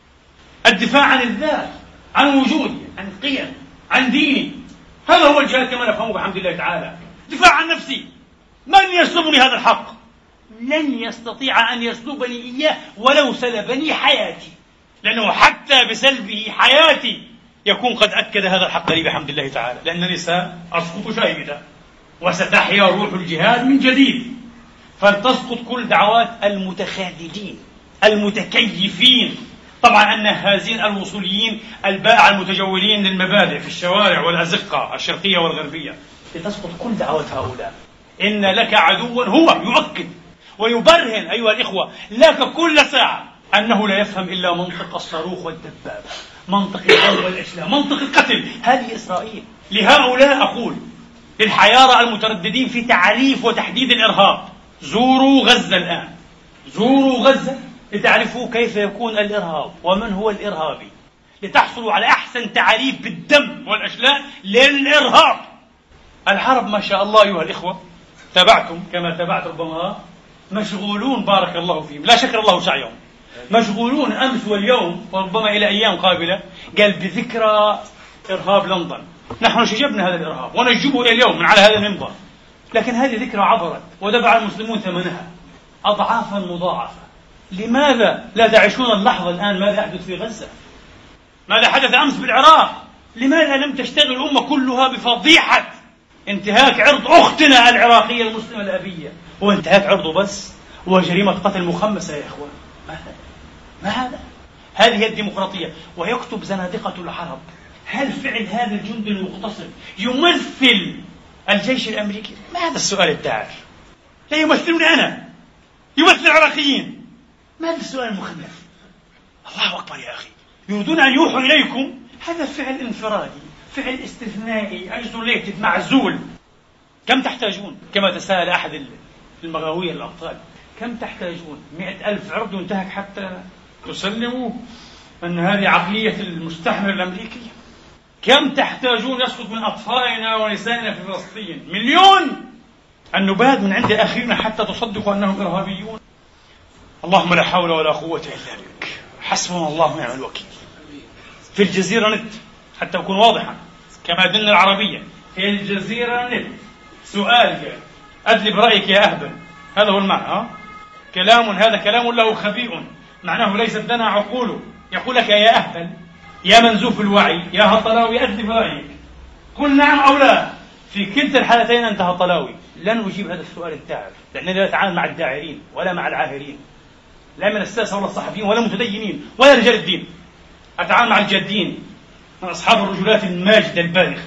الدفاع عن الذات، عن وجودي، عن قيم، عن ديني. هذا هو الجهاد كما نفهمه بحمد الله تعالى. دفاع عن نفسي، من يسلبني هذا الحق؟ لن يستطيع أن يسلبني إياه ولو سلبني حياتي، لأنه حتى بسلبه حياتي يكون قد أكد هذا الحق لي بحمد الله تعالى، لأنني سأسقط شاهدا وستحيا روح الجهاد من جديد. فلتسقط كل دعوات المتخاذلين المتكيفين، طبعا النهازين الوصوليين البائع المتجولين للمبادئ في الشوارع والأزقة الشرقية والغربية. لتسقط كل دعوات هؤلاء. إن لك عدوا هو يؤكد ويبرهن أيها الإخوة لك كل ساعة أنه لا يفهم إلا منطق الصاروخ والدبابة، منطق الضرب والإسلام، منطق القتل. هذه إسرائيل. لهؤلاء أقول، للحيارى المترددين في تعريف وتحديد الإرهاب، زوروا غزة الآن، زوروا غزة لتعرفوا كيف يكون الإرهاب ومن هو الإرهابي، لتحصلوا على أحسن تعريف بالدم والأشلاء للإرهاب. الحرب ما شاء الله أيها الإخوة، تابعتم كما تابعت ربما، مشغولون بارك الله فيهم، لا شكر الله سعيهم، مشغولون أمس واليوم وربما إلى أيام قابلة، قال بذكرى إرهاب لندن. نحن شجبنا هذا الإرهاب ونجبه إلى اليوم من على هذا المنبر، لكن هذه ذكرى عبرت ودفع المسلمون ثمنها أضعافا مضاعفة. لماذا لا تعيشون اللحظة الآن ماذا يحدث في غزة؟ ماذا حدث أمس بالعراق؟ لماذا لم تشتغل الأمة كلها بفضيحة انتهاك عرض أختنا العراقية المسلمة الأبية؟ هو انتهاك عرضه بس؟ وجريمة قتل مخمسة يا إخوان. ما هذا؟ هذه هي الديمقراطية. ويكتب زنادقة العرب، هل فعل هذا الجند المغتصب يمثل الجيش الأمريكي؟ ما هذا السؤال الداعر؟ لا يمثلني أنا، يمثل العراقيين. ما هذا السؤال المخنث؟ الله أكبر يا أخي. يريدون أن يوحوا إليكم هذا فعل انفرادي، فعل استثنائي، isolated، معزول. كم تحتاجون؟ كما تساءل أحد المغاوية الأبطال، كم تحتاجون؟ 100,000 عرض ينتهك حتى تسلموا أن هذه عقلية المستحمر الأمريكي؟ كم تحتاجون يسقط من أطفالنا ونسائنا في فلسطين؟ 1,000,000. النباد من عند آخرين حتى تصدقوا أنهم إرهابيون. اللهم لا حول ولا قوة إلا بك، حسبنا الله ونعم الوكيل. في الجزيرة نت، حتى أكون واضحا كما دلنا العربية، في الجزيرة نت سؤال أدلي برأيك يا أهبل، هذا هو المعنى. كلام هذا كلام له خبيء، معناه ليست لنا عقول. يقول لك يا أهبل، يا منزوف الوعي، يا هطلاوي، أدلي برأيك، قل نعم أو لا. في كلتا الحالتين أنت هطلاوي. لن أجيب هذا السؤال الداعر، لأنني لا أتعامل مع الداعرين ولا مع العاهرين، لا من الساسة ولا الصحفيين ولا المتدينين ولا رجال الدين. أتعامل مع الجادين، من أصحاب الرجولات الماجدة البالغة.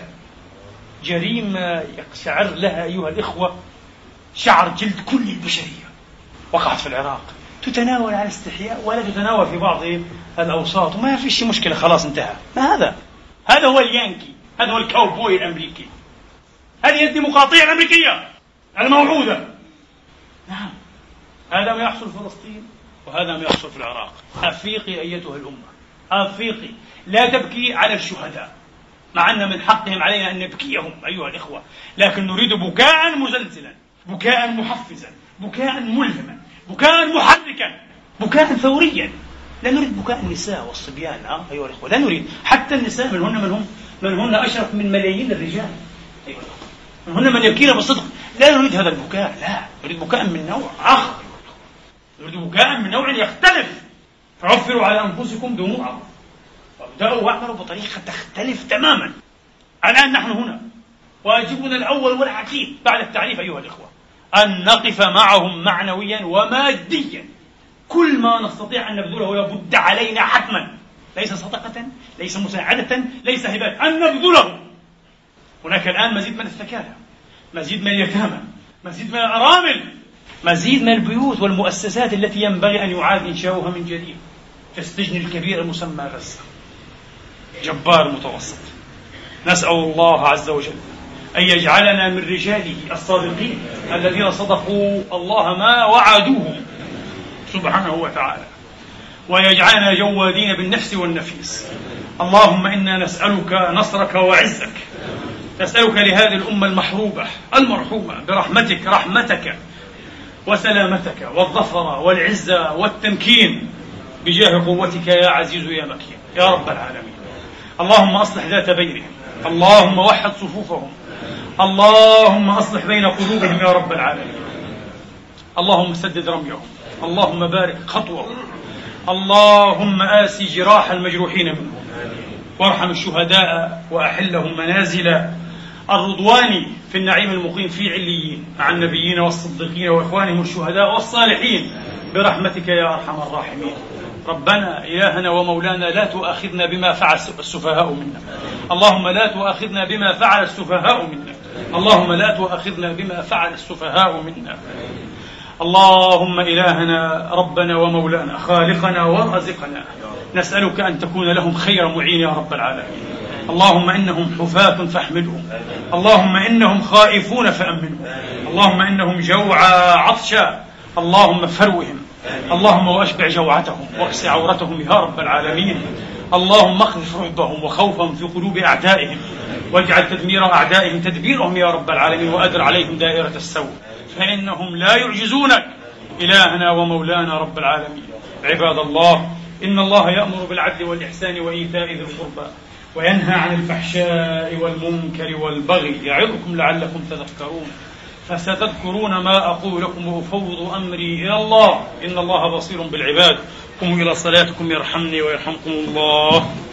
جريمة يقشعر لها أيها الإخوة شعر جلد كل البشرية، وقعت في العراق، تتناول على استحياء ولا تتناول في بعض الأوساط، وما في شيء مشكلة، خلاص انتهى. ما هذا هو اليانكي، هذا هو الكاوبوي الأمريكي، هذه الديمقراطية الأمريكية الموعودة. نعم، هذا ما يحصل في فلسطين وهذا ما يحصل في العراق. أفيقي أيتها الأمة، أفيقي، لا تبكي على الشهداء، مع أن من حقهم علينا أن نبكيهم أيها الإخوة، لكن نريد بكاء مزلزلا، بكاء محفزا، بكاء ملهما، بكاء محركا، بكاء ثوريا. لا نريد بكاء النساء والصبيان أيها الإخوة، لا نريد. حتى النساء من هن أشرف من ملايين الرجال أيها الإخوة، من هن من يبكين بصدق. لا نريد هذا البكاء، لا نريد بكاء من نوع آخر، نريد بكاء من نوع يختلف فعفروا على أنفسكم دموعهم وابدأوا واعملوا بطريقة تختلف تماما. الآن نحن هنا، واجبنا الأول والأكيد بعد التعريف أيها الإخوة أن نقف معهم معنويا وماديا. كل ما نستطيع أن نبذله لابد علينا حتما، ليس صدقة، ليس مساعدة، ليس هبات، أن نبذله. هناك الآن مزيد من الثكالى، مزيد من اليتامى، مزيد من الأرامل، مزيد من البيوت والمؤسسات التي ينبغي أن يعاد إنشاؤها من جديد كالسجن الكبير المسمى غزة، جبار متوسط. نسأل الله عز وجل أن يجعلنا من رجاله الصادقين الذين صدقوا الله ما وعدوه سبحانه وتعالى، ويجعلنا جوادين بالنفس والنفيس. اللهم إنا نسألك نصرك وعزك، نسألك لهذه الأمة المحروبة المرحومة برحمتك، رحمتك وسلامتك والظفر والعزة والتمكين بجاه قوتك يا عزيز يا مكين يا رب العالمين. اللهم أصلح ذات بينهم، اللهم وحد صفوفهم، اللهم أصلح بين قلوبهم يا رب العالمين. اللهم سدد رميهم، اللهم بارك خطوهم، اللهم آسي جراح المجروحين منهم، وارحم الشهداء وأحلهم منازل الرضوان في النعيم المقيم في عليين مع النبيين والصديقين وإخوانهم الشهداء والصالحين برحمتك يا أرحم الراحمين. ربنا إلهنا ومولانا لا تؤاخذنا بما فعل السفهاء منا، اللهم لا تؤاخذنا بما فعل السفهاء منا، اللهم لا تؤاخذنا بما فعل السفهاء منا. اللهم إلهنا ربنا ومولانا خالقنا ورازقنا، نسألك أن تكون لهم خير معين يا رب العالمين. اللهم إنهم حفاة فاحملهم، اللهم إنهم خائفون فأمنهم، اللهم إنهم جوعى عطشا، اللهم فروهم، اللهم واشبع جوعتهم واكس عورتهم يا رب العالمين. اللهم اقذف رعبهم وخوفهم في قلوب أعدائهم، واجعل تدمير أعدائهم تدبيرهم يا رب العالمين، وأدر عليهم دائرة السوء فإنهم لا يعجزونك إلهنا ومولانا رب العالمين. عباد الله، إن الله يأمر بالعدل والإحسان وإيتاء ذي القربى وينهى عن الفحشاء والمنكر والبغي يعظكم لعلكم تذكرون. فستذكرون ما أقول لكم وأفوض أمري إلى الله، إن الله بصير بالعباد. قوموا إلى صلاتكم يرحمني ويرحمكم الله.